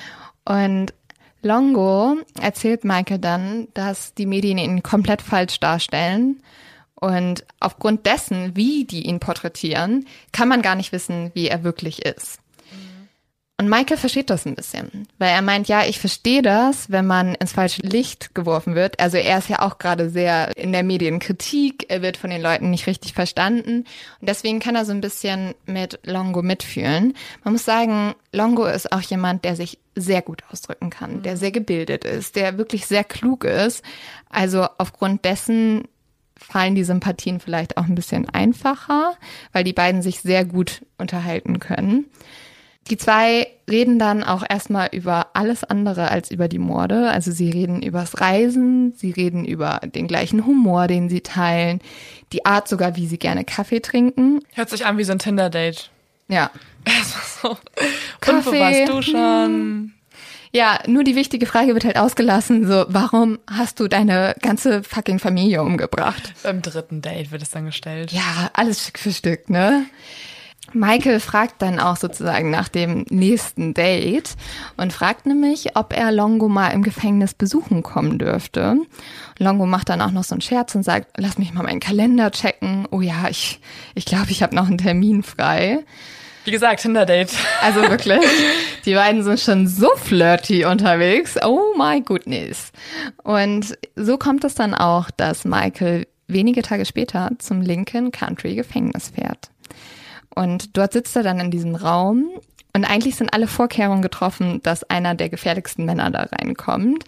Und Longo erzählt Michael dann, dass die Medien ihn komplett falsch darstellen. Und aufgrund dessen, wie die ihn porträtieren, kann man gar nicht wissen, wie er wirklich ist. Mhm. Und Michael versteht das ein bisschen, weil er meint, ja, ich verstehe das, wenn man ins falsche Licht geworfen wird. Also er ist ja auch gerade sehr in der Medienkritik, er wird von den Leuten nicht richtig verstanden. Und deswegen kann er so ein bisschen mit Longo mitfühlen. Man muss sagen, Longo ist auch jemand, der sich sehr gut ausdrücken kann, der sehr gebildet ist, der wirklich sehr klug ist. Also aufgrund dessen fallen die Sympathien vielleicht auch ein bisschen einfacher, weil die beiden sich sehr gut unterhalten können. Die zwei reden dann auch erstmal über alles andere als über die Morde. Also sie reden übers Reisen, sie reden über den gleichen Humor, den sie teilen, die Art sogar, wie sie gerne Kaffee trinken. Hört sich an wie so ein Tinder-Date. Ja. So. Und wo warst du schon? Ja, nur die wichtige Frage wird halt ausgelassen, so, warum hast du deine ganze fucking Familie umgebracht? Beim dritten Date wird es dann gestellt. Ja, alles Stück für Stück, ne? Michael fragt dann auch sozusagen nach dem nächsten Date und fragt nämlich, ob er Longo mal im Gefängnis besuchen kommen dürfte. Longo macht dann auch noch so einen Scherz und sagt, lass mich mal meinen Kalender checken. Oh ja, ich ich glaube, ich habe noch einen Termin frei. Wie gesagt, Tinder-Date. Also wirklich, die beiden sind schon so flirty unterwegs. Oh my goodness. Und so kommt es dann auch, dass Michael wenige Tage später zum Lincoln Country Gefängnis fährt. Und dort sitzt er dann in diesem Raum und eigentlich sind alle Vorkehrungen getroffen, dass einer der gefährlichsten Männer da reinkommt.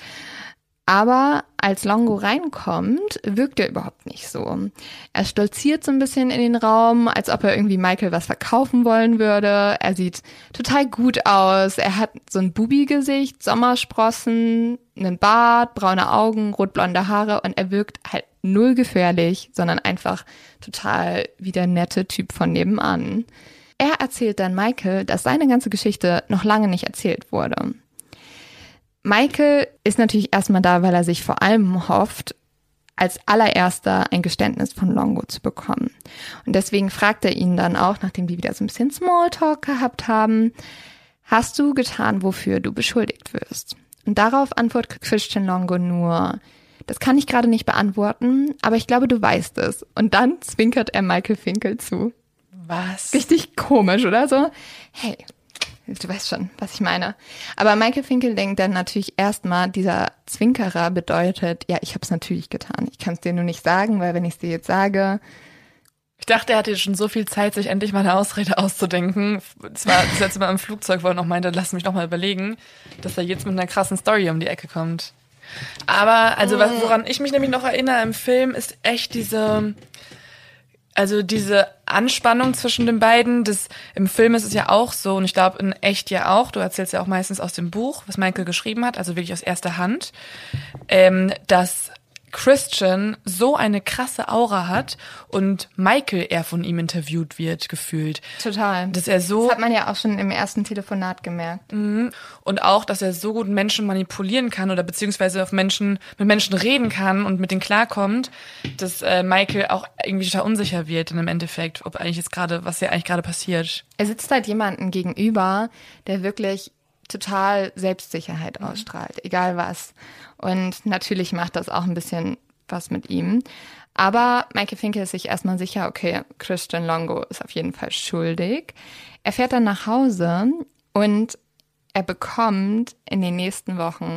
Aber als Longo reinkommt, wirkt er überhaupt nicht so. Er stolziert so ein bisschen in den Raum, als ob er irgendwie Michael was verkaufen wollen würde. Er sieht total gut aus. Er hat so ein Bubi-Gesicht, Sommersprossen, einen Bart, braune Augen, rotblonde Haare und er wirkt halt null gefährlich, sondern einfach total wie der nette Typ von nebenan. Er erzählt dann Michael, dass seine ganze Geschichte noch lange nicht erzählt wurde. Michael ist natürlich erstmal da, weil er sich vor allem hofft, als allererster ein Geständnis von Longo zu bekommen. Und deswegen fragt er ihn dann auch, nachdem die wieder so ein bisschen Smalltalk gehabt haben, hast du getan, wofür du beschuldigt wirst? Und darauf antwortet Christian Longo nur, das kann ich gerade nicht beantworten, aber ich glaube, du weißt es. Und dann zwinkert er Michael Finkel zu. Was? Richtig komisch, oder so? Hey, du weißt schon, was ich meine. Aber Michael Finkel denkt dann natürlich erstmal, dieser Zwinkerer bedeutet, ja, ich habe es natürlich getan. Ich kann es dir nur nicht sagen, weil wenn ich es dir jetzt sage... Ich dachte, er hatte schon so viel Zeit, sich endlich mal eine Ausrede auszudenken. Das war das letzte Mal im Flugzeug, wo er noch meinte, lass mich noch mal überlegen, dass er jetzt mit einer krassen Story um die Ecke kommt. Aber, also woran ich mich nämlich noch erinnere im Film, ist echt diese... Also diese Anspannung zwischen den beiden, das, im Film ist es ja auch so, und ich glaube in echt ja auch, du erzählst ja auch meistens aus dem Buch, was Michael geschrieben hat, also wirklich aus erster Hand, ähm, dass Christian so eine krasse Aura hat und Michael eher von ihm interviewt wird, gefühlt. Total. Dass er so, das hat man ja auch schon im ersten Telefonat gemerkt. Mhm. Und auch, dass er so gut Menschen manipulieren kann oder beziehungsweise auf Menschen, mit Menschen reden kann und mit denen klarkommt, dass äh, Michael auch irgendwie total unsicher wird in im Endeffekt, ob eigentlich jetzt gerade, was ja eigentlich gerade passiert. Er sitzt halt jemandem gegenüber, der wirklich total Selbstsicherheit ausstrahlt, mhm. egal was. Und natürlich macht das auch ein bisschen was mit ihm. Aber Michael Finkel ist sich erstmal sicher, okay, Christian Longo ist auf jeden Fall schuldig. Er fährt dann nach Hause und er bekommt in den nächsten Wochen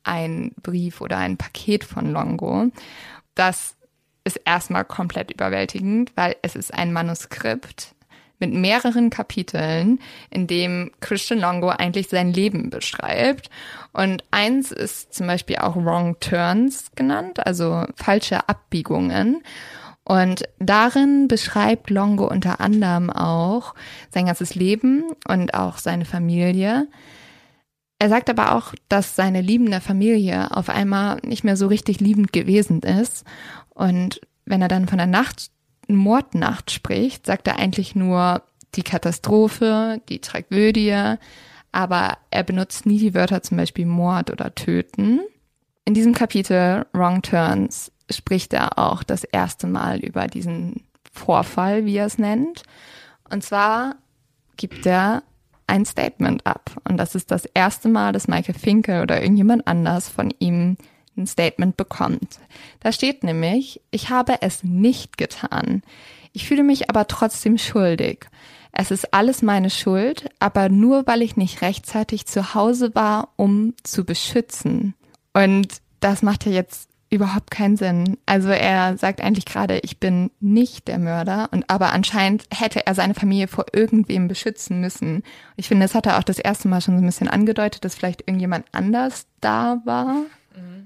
ein Brief oder ein Paket von Longo. Das ist erstmal komplett überwältigend, weil es ist ein Manuskript mit mehreren Kapiteln, in dem Christian Longo eigentlich sein Leben beschreibt. Und eins ist zum Beispiel auch Wrong Turns genannt, also falsche Abbiegungen. Und darin beschreibt Longo unter anderem auch sein ganzes Leben und auch seine Familie. Er sagt aber auch, dass seine liebende Familie auf einmal nicht mehr so richtig liebend gewesen ist. Und wenn er dann von der Nacht Mordnacht spricht, sagt er eigentlich nur die Katastrophe, die Tragödie, aber er benutzt nie die Wörter zum Beispiel Mord oder Töten. In diesem Kapitel Wrong Turns spricht er auch das erste Mal über diesen Vorfall, wie er es nennt. Und zwar gibt er ein Statement ab. Und das ist das erste Mal, dass Michael Finkel oder irgendjemand anders von ihm ein Statement bekommt. Da steht nämlich, ich habe es nicht getan. Ich fühle mich aber trotzdem schuldig. Es ist alles meine Schuld, aber nur, weil ich nicht rechtzeitig zu Hause war, um zu beschützen. Und das macht ja jetzt überhaupt keinen Sinn. Also er sagt eigentlich gerade, ich bin nicht der Mörder, und aber anscheinend hätte er seine Familie vor irgendwem beschützen müssen. Ich finde, das hat er auch das erste Mal schon so ein bisschen angedeutet, dass vielleicht irgendjemand anders da war. Mhm.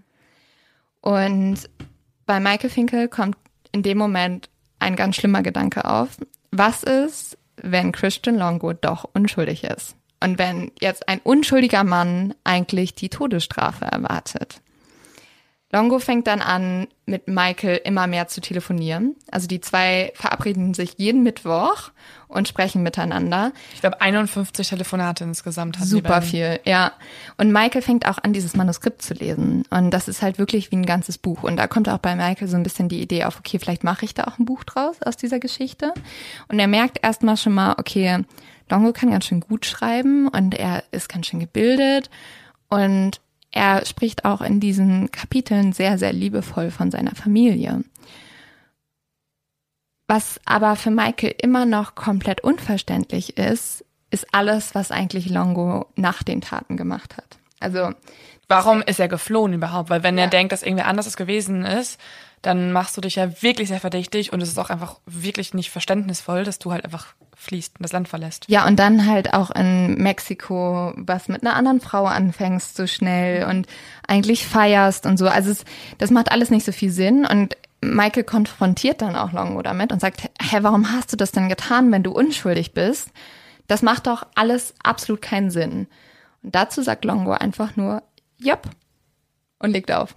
Und bei Michael Finkel kommt in dem Moment ein ganz schlimmer Gedanke auf. Was ist, wenn Christian Longo doch unschuldig ist? Und wenn jetzt ein unschuldiger Mann eigentlich die Todesstrafe erwartet? Longo fängt dann an, mit Michael immer mehr zu telefonieren. Also die zwei verabreden sich jeden Mittwoch und sprechen miteinander. Ich glaube, einundfünfzig Telefonate insgesamt haben Super viel, ja. Und Michael fängt auch an, dieses Manuskript zu lesen. Und das ist halt wirklich wie ein ganzes Buch. Und da kommt auch bei Michael so ein bisschen die Idee auf, okay, vielleicht mache ich da auch ein Buch draus aus dieser Geschichte. Und er merkt erstmal schon mal, okay, Longo kann ganz schön gut schreiben und er ist ganz schön gebildet. Und er spricht auch in diesen Kapiteln sehr, sehr liebevoll von seiner Familie. Was aber für Michael immer noch komplett unverständlich ist, ist alles, was eigentlich Longo nach den Taten gemacht hat. Also warum ist er geflohen überhaupt? Weil wenn ja. er denkt, dass irgendwer anders es gewesen ist, dann machst du dich ja wirklich sehr verdächtig und es ist auch einfach wirklich nicht verständnisvoll, dass du halt einfach fließt und das Land verlässt. Ja, und dann halt auch in Mexiko was mit einer anderen Frau anfängst so schnell und eigentlich feierst und so. Also es, das macht alles nicht so viel Sinn und Michael konfrontiert dann auch Longo damit und sagt, hä, warum hast du das denn getan, wenn du unschuldig bist? Das macht doch alles absolut keinen Sinn. Und dazu sagt Longo einfach nur, jupp, und legt auf.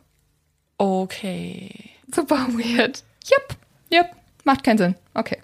Okay. Super weird. Jupp, jupp, macht keinen Sinn. Okay.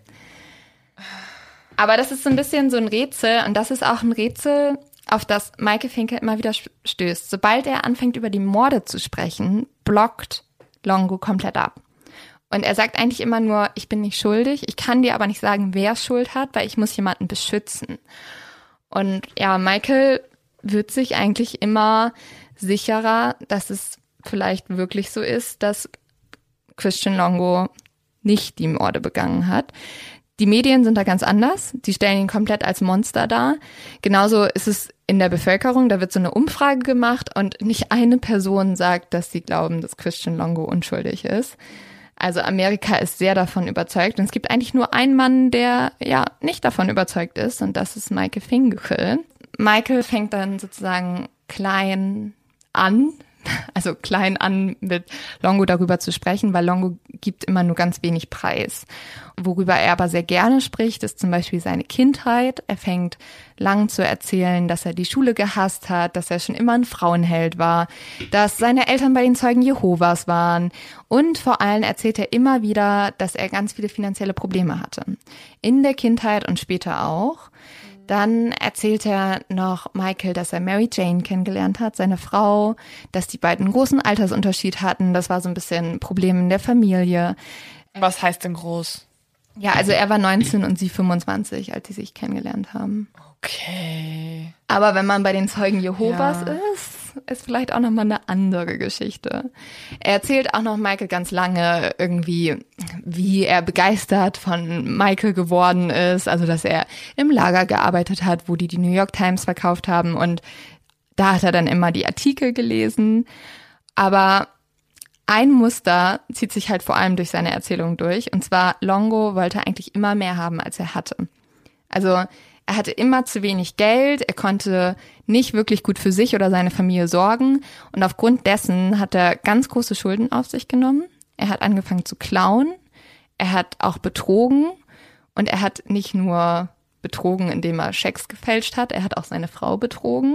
Aber das ist so ein bisschen so ein Rätsel und das ist auch ein Rätsel, auf das Michael Finkel immer wieder stößt. Sobald er anfängt, über die Morde zu sprechen, blockt Longo komplett ab. Und er sagt eigentlich immer nur, ich bin nicht schuldig, ich kann dir aber nicht sagen, wer Schuld hat, weil ich muss jemanden beschützen. Und ja, Michael wird sich eigentlich immer sicherer, dass es vielleicht wirklich so ist, dass Christian Longo nicht die Morde begangen hat. Die Medien sind da ganz anders. Die stellen ihn komplett als Monster dar. Genauso ist es in der Bevölkerung. Da wird so eine Umfrage gemacht und nicht eine Person sagt, dass sie glauben, dass Christian Longo unschuldig ist. Also Amerika ist sehr davon überzeugt. Und es gibt eigentlich nur einen Mann, der ja nicht davon überzeugt ist. Und das ist Michael Finkel. Michael fängt dann sozusagen klein an, also klein an mit Longo darüber zu sprechen, weil Longo gibt immer nur ganz wenig Preis. Worüber er aber sehr gerne spricht, ist zum Beispiel seine Kindheit. Er fängt lang zu erzählen, dass er die Schule gehasst hat, dass er schon immer ein Frauenheld war, dass seine Eltern bei den Zeugen Jehovas waren und vor allem erzählt er immer wieder, dass er ganz viele finanzielle Probleme hatte. In der Kindheit und später auch. Dann erzählt er noch Michael, dass er Mary Jane kennengelernt hat, seine Frau, dass die beiden einen großen Altersunterschied hatten. Das war so ein bisschen ein Problem in der Familie. Was heißt denn groß? Ja, also er war neunzehn und sie fünfundzwanzig, als sie sich kennengelernt haben. Okay. Aber wenn man bei den Zeugen Jehovas Ja. ist, ist vielleicht auch nochmal eine andere Geschichte. Er erzählt auch noch Michael ganz lange irgendwie, wie er begeistert von Michael geworden ist. Also, dass er im Lager gearbeitet hat, wo die die New York Times verkauft haben und Da hat er dann immer die Artikel gelesen. Aber ein Muster zieht sich halt vor allem durch seine Erzählung durch. Und zwar, Longo wollte eigentlich immer mehr haben, als er hatte. Also er hatte immer zu wenig Geld, er konnte nicht wirklich gut für sich oder seine Familie sorgen. Und aufgrund dessen hat er ganz große Schulden auf sich genommen. Er hat angefangen zu klauen, er hat auch betrogen. Und er hat nicht nur betrogen, indem er Schecks gefälscht hat, er hat auch seine Frau betrogen.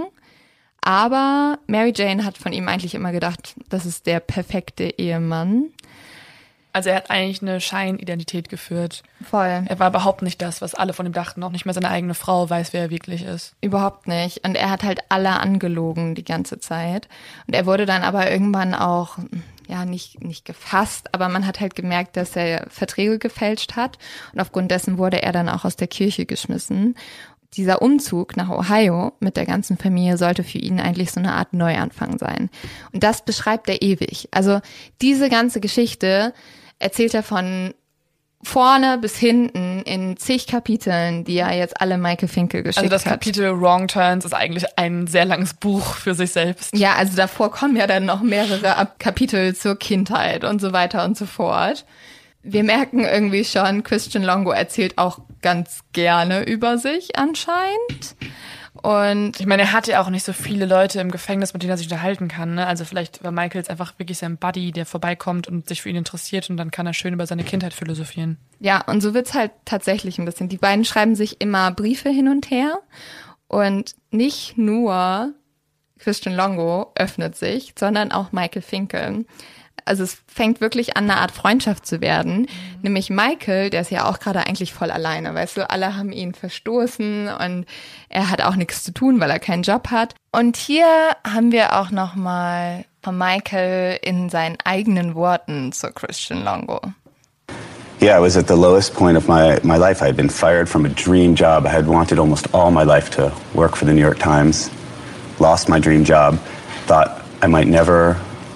Aber Mary Jane hat von ihm eigentlich immer gedacht, das ist der perfekte Ehemann. Also er hat eigentlich eine Scheinidentität geführt. Voll. Er war überhaupt nicht das, was alle von ihm dachten. Auch nicht mal seine eigene Frau weiß, wer er wirklich ist. Überhaupt nicht. Und er hat halt alle angelogen die ganze Zeit. Und er wurde dann aber irgendwann auch, ja, nicht, nicht gefasst, aber man hat halt gemerkt, dass er Verträge gefälscht hat. Und aufgrund dessen wurde er dann auch aus der Kirche geschmissen. Dieser Umzug nach Ohio mit der ganzen Familie sollte für ihn eigentlich so eine Art Neuanfang sein. Und das beschreibt er ewig. Also diese ganze Geschichte erzählt er von vorne bis hinten in zig Kapiteln, die er jetzt alle Michael Finkel geschickt hat. Also das Kapitel Wrong Turns ist eigentlich ein sehr langes Buch für sich selbst. Ja, also davor kommen ja dann noch mehrere Kapitel zur Kindheit und so weiter und so fort. Wir merken irgendwie schon, Christian Longo erzählt auch ganz gerne über sich anscheinend. Und ich meine, er hatte ja auch nicht so viele Leute im Gefängnis, mit denen er sich unterhalten kann. Ne? Also vielleicht war Michael jetzt einfach wirklich sein Buddy, der vorbeikommt und sich für ihn interessiert und dann kann er schön über seine Kindheit philosophieren. Ja, und so wird's halt tatsächlich ein bisschen. Die beiden schreiben sich immer Briefe hin und her und nicht nur Christian Longo öffnet sich, sondern auch Michael Finkel. Also es fängt wirklich an, eine Art Freundschaft zu werden. Mhm. Nämlich Michael, der ist ja auch gerade eigentlich voll alleine, weißt du, alle haben ihn verstoßen und er hat auch nichts zu tun, weil er keinen Job hat. Und hier haben wir auch nochmal von Michael in seinen eigenen Worten zu Christian Longo. Yeah, I was at the lowest point of my, my life. I had been fired from a dream job. I had wanted almost all my life to work for the New York Times. Lost my dream job. Thought I might never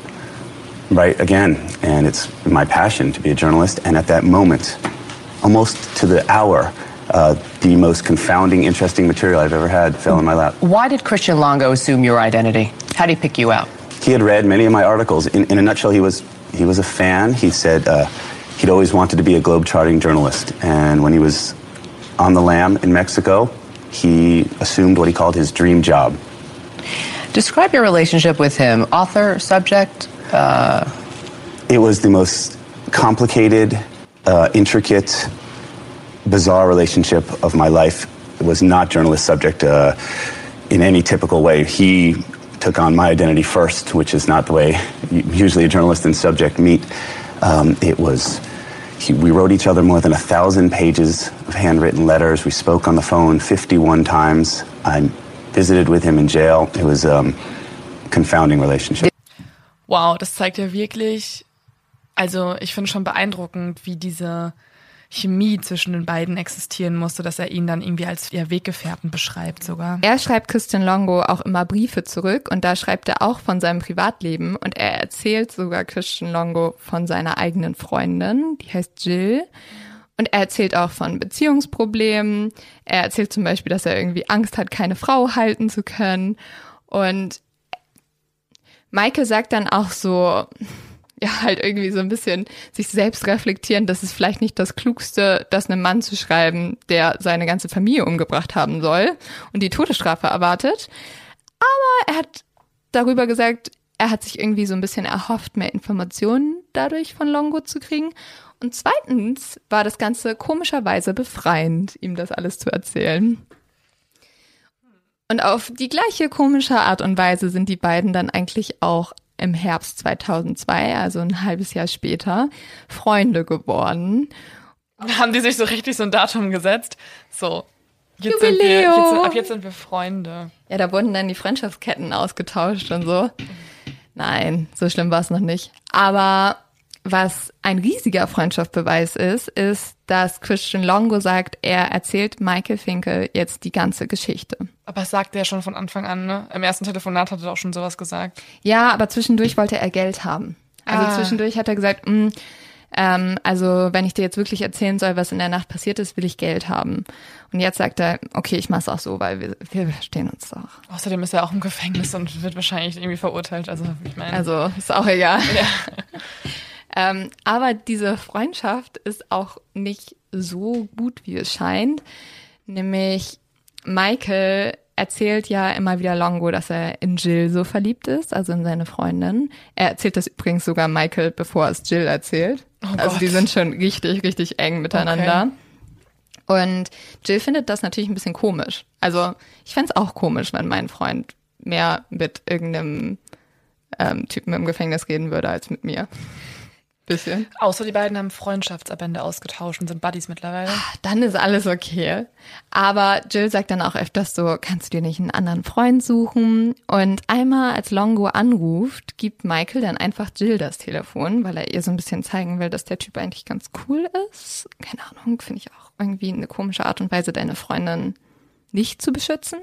write again. And it's my passion to be a journalist. And at that moment, almost to the hour, uh, the most confounding, interesting material I've ever had fell in my lap. Why did Christian Longo assume your identity? How did he pick you out? He had read many of my articles. In, in a nutshell, he was he was a fan. He said uh, he'd always wanted to be a globe-trotting journalist. And when he was on the lam in Mexico, he assumed what he called his dream job. Describe your relationship with him. Author, subject? Uh... It was the most complicated, uh, intricate, bizarre relationship of my life. It was not journalist subject uh, in any typical way. He took on my identity first, which is not the way usually a journalist and subject meet. Um, it was, he, we wrote each other more than a thousand pages of handwritten letters. We spoke on the phone fifty-one times. I visited with him in jail. It was a um, confounding relationship. Wow, das zeigt ja wirklich, also ich finde schon beeindruckend, wie diese Chemie zwischen den beiden existieren musste, dass er ihn dann irgendwie als ja, Weggefährten beschreibt sogar. Er schreibt Christian Longo auch immer Briefe zurück und da schreibt er auch von seinem Privatleben und er erzählt sogar Christian Longo von seiner eigenen Freundin, die heißt Jill. Und er erzählt auch von Beziehungsproblemen. Er erzählt zum Beispiel, dass er irgendwie Angst hat, keine Frau halten zu können. Und Michael sagt dann auch so, ja, halt irgendwie so ein bisschen sich selbst reflektieren, dass es vielleicht nicht das Klugste, das einem Mann zu schreiben, der seine ganze Familie umgebracht haben soll und die Todesstrafe erwartet. Aber er hat darüber gesagt, er hat sich irgendwie so ein bisschen erhofft, mehr Informationen dadurch von Longo zu kriegen. Und zweitens war das Ganze komischerweise befreiend, ihm das alles zu erzählen. Und auf die gleiche komische Art und Weise sind die beiden dann eigentlich auch im Herbst zweitausendzwei, also ein halbes Jahr später, Freunde geworden. Haben die sich so richtig so ein Datum gesetzt? So, jetzt sind wir, jetzt sind, ab jetzt sind wir Freunde. Ja, da wurden dann die Freundschaftsketten ausgetauscht und so. Nein, so schlimm war es noch nicht. Aber was ein riesiger Freundschaftsbeweis ist, ist, dass Christian Longo sagt, er erzählt Michael Finkel jetzt die ganze Geschichte. Aber das sagt er schon von Anfang an, ne? Im ersten Telefonat hat er auch schon sowas gesagt. Ja, aber zwischendurch wollte er Geld haben. Also ah. zwischendurch hat er gesagt, mh, Ähm, also wenn ich dir jetzt wirklich erzählen soll, was in der Nacht passiert ist, will ich Geld haben. Und jetzt sagt er, okay, ich mach's auch so, weil wir, wir verstehen uns doch. Außerdem ist er auch im Gefängnis und wird wahrscheinlich irgendwie verurteilt. Also ich meine, Also ist auch egal. ja. ähm, aber diese Freundschaft ist auch nicht so gut, wie es scheint. Nämlich Michael erzählt ja immer wieder Longo, dass er in Jill so verliebt ist, also in seine Freundin. Er erzählt das übrigens sogar Michael, bevor es Jill erzählt. Oh also Gott. die sind schon richtig, richtig eng miteinander. Okay. Und Jill findet das natürlich ein bisschen komisch. Also ich fänd's auch komisch, wenn mein Freund mehr mit irgendeinem ähm, Typen im Gefängnis reden würde als mit mir. Bisschen. Außer die beiden haben Freundschaftsabende ausgetauscht und sind Buddies mittlerweile. Dann ist alles okay. Aber Jill sagt dann auch öfters so, kannst du dir nicht einen anderen Freund suchen? Und einmal, als Longo anruft, gibt Michael dann einfach Jill das Telefon, weil er ihr so ein bisschen zeigen will, dass der Typ eigentlich ganz cool ist. Keine Ahnung, finde ich auch irgendwie eine komische Art und Weise, deine Freundin nicht zu beschützen.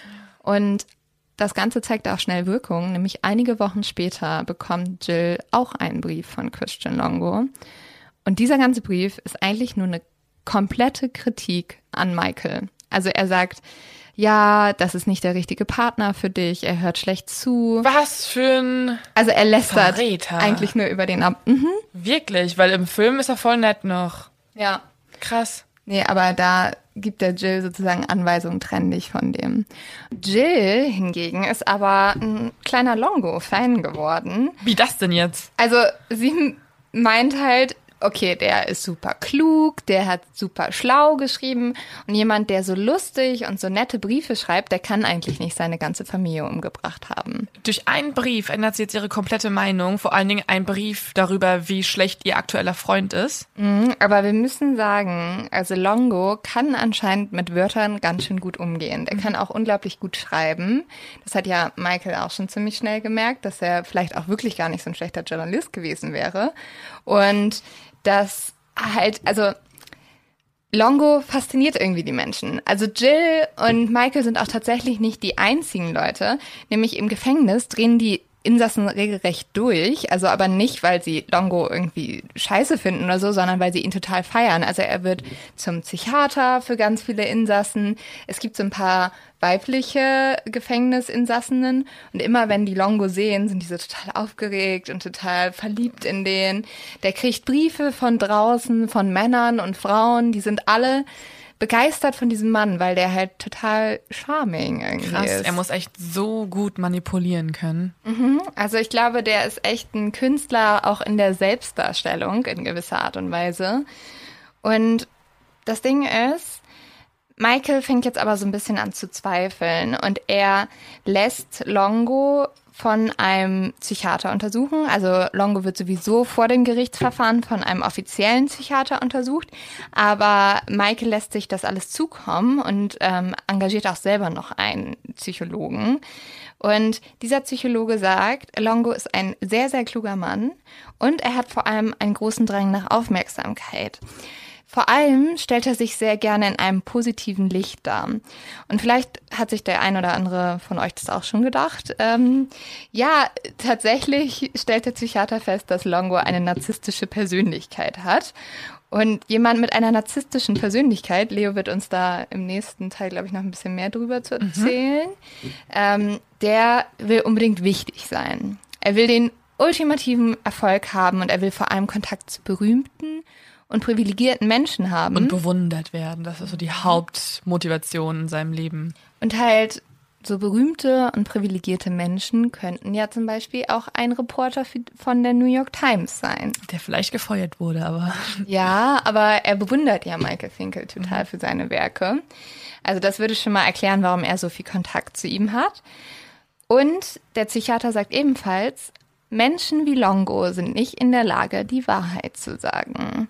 Und das Ganze zeigt auch schnell Wirkung, nämlich einige Wochen später bekommt Jill auch einen Brief von Christian Longo. Und dieser ganze Brief ist eigentlich nur eine komplette Kritik an Michael. Also er sagt, ja, das ist nicht der richtige Partner für dich, er hört schlecht zu. Was für ein Also er lästert Verräter. eigentlich nur über den ab. Mhm. Wirklich, weil im Film ist er voll nett noch. Ja. Krass. Nee, aber da gibt der Jill sozusagen Anweisungen, trenn dich von dem. Jill hingegen ist aber ein kleiner Longo-Fan geworden. Wie das denn jetzt? Also sie meint halt, okay, der ist super klug, der hat super schlau geschrieben und jemand, der so lustig und so nette Briefe schreibt, der kann eigentlich nicht seine ganze Familie umgebracht haben. Durch einen Brief ändert sie jetzt ihre komplette Meinung, vor allen Dingen ein Brief darüber, wie schlecht ihr aktueller Freund ist. Mhm, aber wir müssen sagen, also Longo kann anscheinend mit Wörtern ganz schön gut umgehen. Der kann auch unglaublich gut schreiben. Das hat ja Michael auch schon ziemlich schnell gemerkt, dass er vielleicht auch wirklich gar nicht so ein schlechter Journalist gewesen wäre. Und das halt, also Longo fasziniert irgendwie die Menschen. Also Jill und Michael sind auch tatsächlich nicht die einzigen Leute. Nämlich im Gefängnis drehen die Insassen regelrecht durch. Also aber nicht, weil sie Longo irgendwie scheiße finden oder so, sondern weil sie ihn total feiern. Also er wird zum Psychiater für ganz viele Insassen. Es gibt so ein paar weibliche Gefängnisinsassinnen. Und immer wenn die Longo sehen, sind die so total aufgeregt und total verliebt in den. Der kriegt Briefe von draußen, von Männern und Frauen. Die sind alle begeistert von diesem Mann, weil der halt total charming irgendwie Krass, ist. er muss echt so gut manipulieren können. Mhm. Also ich glaube, der ist echt ein Künstler auch in der Selbstdarstellung in gewisser Art und Weise. Und das Ding ist, Michael fängt jetzt aber so ein bisschen an zu zweifeln und er lässt Longo von einem Psychiater untersuchen. Also Longo wird sowieso vor dem Gerichtsverfahren von einem offiziellen Psychiater untersucht, aber Michael lässt sich das alles zukommen und ähm, engagiert auch selber noch einen Psychologen. Und dieser Psychologe sagt, Longo ist ein sehr, sehr kluger Mann und er hat vor allem einen großen Drang nach Aufmerksamkeit. Vor allem stellt er sich sehr gerne in einem positiven Licht dar. Und vielleicht hat sich der ein oder andere von euch das auch schon gedacht. Ähm, ja, tatsächlich stellt der Psychiater fest, dass Longo eine narzisstische Persönlichkeit hat. Und jemand mit einer narzisstischen Persönlichkeit, Leo wird uns da im nächsten Teil, glaube ich, noch ein bisschen mehr drüber zu erzählen, mhm. ähm, der will unbedingt wichtig sein. Er will den ultimativen Erfolg haben und er will vor allem Kontakt zu berühmten und privilegierten Menschen haben. Und bewundert werden. Das ist so die Hauptmotivation in seinem Leben. Und halt so berühmte und privilegierte Menschen könnten ja zum Beispiel auch ein Reporter von der New York Times sein. Der vielleicht gefeuert wurde, aber... Ja, aber er bewundert ja Michael Finkel total für seine Werke. Also das würde schon mal erklären, warum er so viel Kontakt zu ihm hat. Und der Psychiater sagt ebenfalls, Menschen wie Longo sind nicht in der Lage, die Wahrheit zu sagen.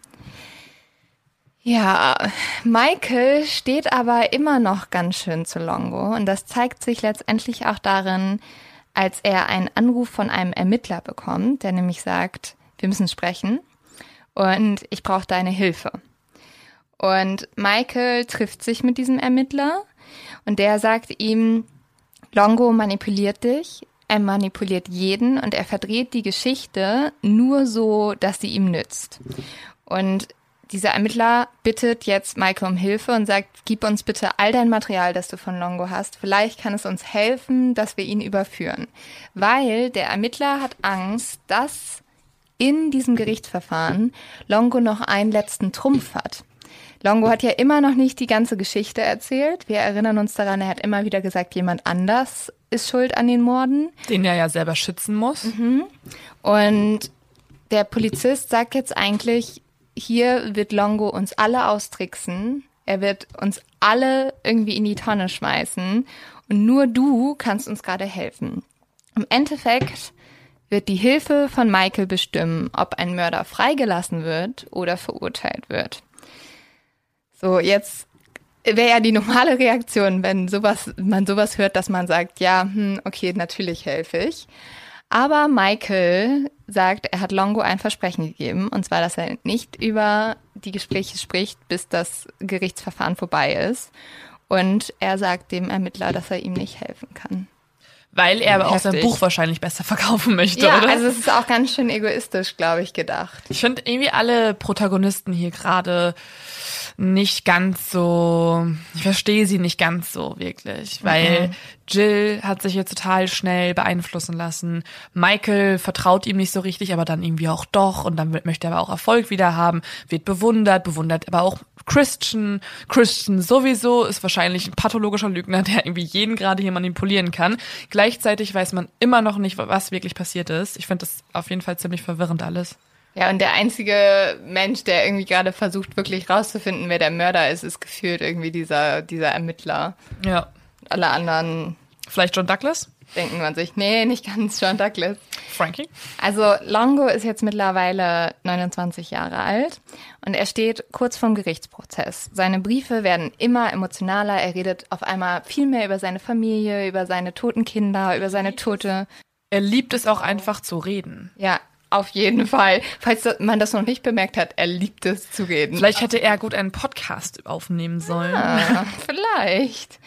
Ja, Michael steht aber immer noch ganz schön zu Longo und das zeigt sich letztendlich auch darin, als er einen Anruf von einem Ermittler bekommt, der nämlich sagt, wir müssen sprechen und ich brauche deine Hilfe. Und Michael trifft sich mit diesem Ermittler und der sagt ihm, Longo manipuliert dich, er manipuliert jeden und er verdreht die Geschichte nur so, dass sie ihm nützt. Und dieser Ermittler bittet jetzt Michael um Hilfe und sagt, gib uns bitte all dein Material, das du von Longo hast. Vielleicht kann es uns helfen, dass wir ihn überführen. Weil der Ermittler hat Angst, dass in diesem Gerichtsverfahren Longo noch einen letzten Trumpf hat. Longo hat ja immer noch nicht die ganze Geschichte erzählt. Wir erinnern uns daran, er hat immer wieder gesagt, jemand anders ist schuld an den Morden. Den er ja selber schützen muss. Mhm. Und der Polizist sagt jetzt eigentlich, hier wird Longo uns alle austricksen. Er wird uns alle irgendwie in die Tonne schmeißen. Und nur du kannst uns gerade helfen. Im Endeffekt wird die Hilfe von Michael bestimmen, ob ein Mörder freigelassen wird oder verurteilt wird. So, jetzt wäre ja die normale Reaktion, wenn sowas, man sowas hört, dass man sagt, ja, hm, okay, natürlich helfe ich. Aber Michael sagt, er hat Longo ein Versprechen gegeben, und zwar, dass er nicht über die Gespräche spricht, bis das Gerichtsverfahren vorbei ist. Und er sagt dem Ermittler, dass er ihm nicht helfen kann. Weil er aber auch sein Heftig. Buch wahrscheinlich besser verkaufen möchte, Ja, oder? also es ist auch ganz schön egoistisch, glaube ich, gedacht. Ich finde irgendwie alle Protagonisten hier gerade nicht ganz so, ich verstehe sie nicht ganz so wirklich, weil mhm. Jill hat sich jetzt total schnell beeinflussen lassen. Michael vertraut ihm nicht so richtig, aber dann irgendwie auch doch, und dann möchte er aber auch Erfolg wieder haben, wird bewundert, bewundert aber auch Christian. Christian sowieso ist wahrscheinlich ein pathologischer Lügner, der irgendwie jeden gerade hier manipulieren kann. Gleichzeitig weiß man immer noch nicht, was wirklich passiert ist. Ich finde das auf jeden Fall ziemlich verwirrend alles. Ja, und der einzige Mensch, der irgendwie gerade versucht, wirklich rauszufinden, wer der Mörder ist, ist gefühlt irgendwie dieser, dieser Ermittler. Ja. Alle anderen Vielleicht John Douglas? denken man sich, nee, nicht ganz John Douglas. Frankie? Also Longo ist jetzt mittlerweile neunundzwanzig Jahre alt und er steht kurz vorm Gerichtsprozess. Seine Briefe werden immer emotionaler. Er redet auf einmal viel mehr über seine Familie, über seine toten Kinder, über seine tote... Er liebt es auch einfach zu reden. Ja, auf jeden Fall. Falls man das noch nicht bemerkt hat, er liebt es zu reden. Vielleicht hätte er gut einen Podcast aufnehmen sollen. Ah, vielleicht.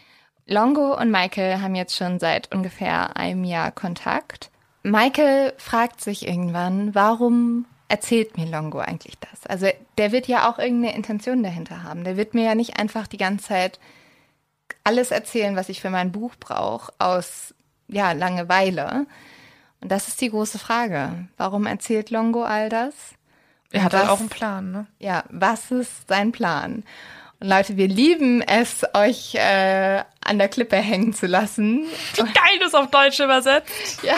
Longo und Michael haben jetzt schon seit ungefähr einem Jahr Kontakt. Michael fragt sich irgendwann, warum erzählt mir Longo eigentlich das? Also der wird ja auch irgendeine Intention dahinter haben. Der wird mir ja nicht einfach die ganze Zeit alles erzählen, was ich für mein Buch brauche, aus ja, Langeweile. Und das ist die große Frage. Warum erzählt Longo all das? Er hat was, halt auch einen Plan, ne? Ja, was ist sein Plan? Und Leute, wir lieben es, euch äh, an der Klippe hängen zu lassen. Wie geil das auf Deutsch übersetzt. Ja.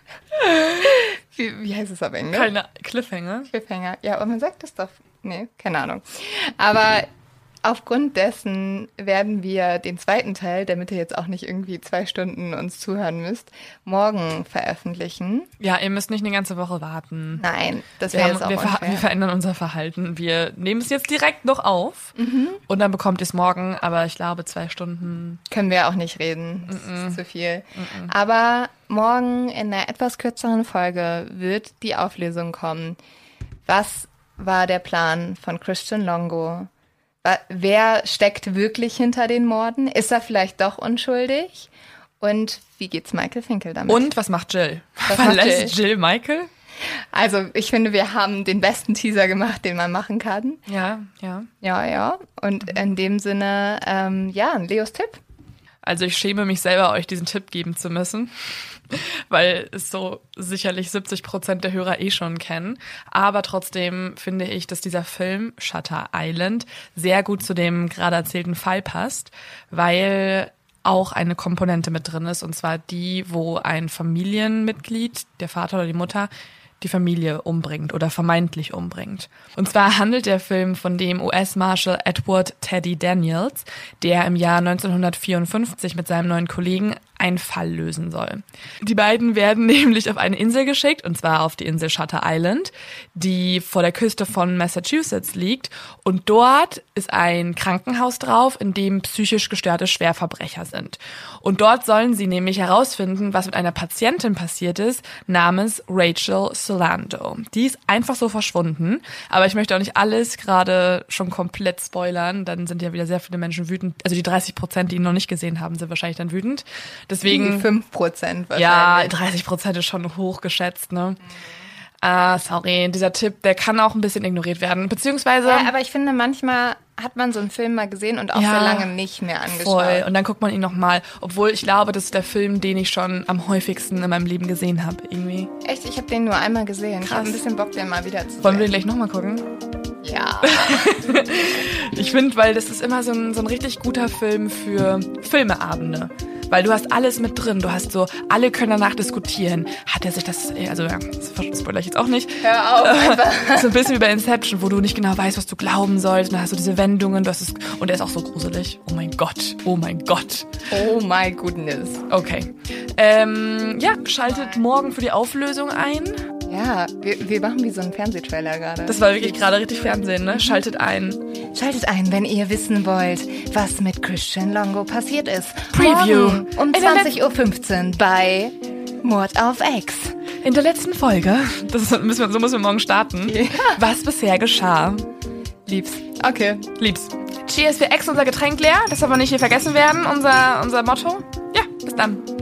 Wie, wie heißt es auf Englisch? Keine Cliffhanger. Cliffhanger. Ja, aber man sagt das doch. Nee, keine Ahnung. Aber aufgrund dessen werden wir den zweiten Teil, damit ihr jetzt auch nicht irgendwie zwei Stunden uns zuhören müsst, morgen veröffentlichen. Ja, ihr müsst nicht eine ganze Woche warten. Nein, das Wir, wäre haben, jetzt auch wir, ver unfair. wir verändern unser Verhalten. Wir nehmen es jetzt direkt noch auf mhm. und dann bekommt ihr es morgen. Aber ich glaube, zwei Stunden... Können wir auch nicht reden. Das Mm-mm. ist zu viel. Mm-mm. Aber morgen in einer etwas kürzeren Folge wird die Auflösung kommen. Was war der Plan von Christian Longo? Wer steckt wirklich hinter den Morden? Ist er vielleicht doch unschuldig? Und wie geht's Michael Finkel damit? Und was macht Jill? Was macht Verlässt Jill? Jill Michael? Also ich finde, wir haben den besten Teaser gemacht, den man machen kann. Ja, ja. Ja, ja. Und in dem Sinne, ähm, ja, Leos Tipp. Also ich schäme mich selber, euch diesen Tipp geben zu müssen, weil es so sicherlich siebzig Prozent der Hörer eh schon kennen. Aber trotzdem finde ich, dass dieser Film Shutter Island sehr gut zu dem gerade erzählten Fall passt, weil auch eine Komponente mit drin ist, und zwar die, wo ein Familienmitglied, der Vater oder die Mutter, die Familie umbringt oder vermeintlich umbringt. Und zwar handelt der Film von dem U S-Marshal Edward Teddy Daniels, der im Jahr neunzehnhundertvierundfünfzig mit seinem neuen Kollegen einen Fall lösen soll. Die beiden werden nämlich auf eine Insel geschickt, und zwar auf die Insel Shutter Island, die vor der Küste von Massachusetts liegt. Und dort ist ein Krankenhaus drauf, in dem psychisch gestörte Schwerverbrecher sind. Und dort sollen sie nämlich herausfinden, was mit einer Patientin passiert ist, namens Rachel Solando. Die ist einfach so verschwunden, aber ich möchte auch nicht alles gerade schon komplett spoilern, dann sind ja wieder sehr viele Menschen wütend. Also die dreißig Prozent, die ihn noch nicht gesehen haben, sind wahrscheinlich dann wütend. Deswegen fünf Prozent wahrscheinlich. Ja, dreißig Prozent ist schon hochgeschätzt, ne? Ah, sorry, dieser Tipp, der kann auch ein bisschen ignoriert werden, beziehungsweise... Ja, aber ich finde, manchmal hat man so einen Film mal gesehen und auch Ja, so lange nicht mehr angeschaut. Voll, und dann guckt man ihn nochmal, obwohl ich glaube, das ist der Film, den ich schon am häufigsten in meinem Leben gesehen habe, irgendwie. Echt? Ich habe den nur einmal gesehen. Krass. Ich habe ein bisschen Bock, den mal wieder zu sehen. Wollen wir den gleich nochmal gucken? Ja. Ich finde, weil das ist immer so ein, so ein richtig guter Film für Filmeabende. Weil du hast alles mit drin. Du hast so, alle können danach diskutieren. Hat er sich das, also ja, das spoilere ich jetzt auch nicht. Hör auf, einfach. So ein bisschen wie bei Inception, wo du nicht genau weißt, was du glauben sollst. Und dann hast du diese Wendungen. Du hast es, und er ist auch so gruselig. Oh mein Gott, oh mein Gott. Oh my goodness. Okay. Ähm, ja, schaltet morgen für die Auflösung ein. Ja, wir, wir machen wie so einen Fernsehtrailer gerade. Das war wirklich gerade richtig Fernsehen, ne? Schaltet ein. Schaltet ein, wenn ihr wissen wollt, was mit Christian Longo passiert ist. Preview. Morgen um zwanzig Uhr fünfzehn bei Mord auf Ex. In der letzten Folge, das ist, müssen wir, so müssen wir morgen starten, Ja. was bisher geschah. Lieb's. Okay. Lieb's. Cheers für Ex, unser Getränk leer. Das soll aber nicht hier vergessen werden, unser, unser Motto. Ja, bis dann.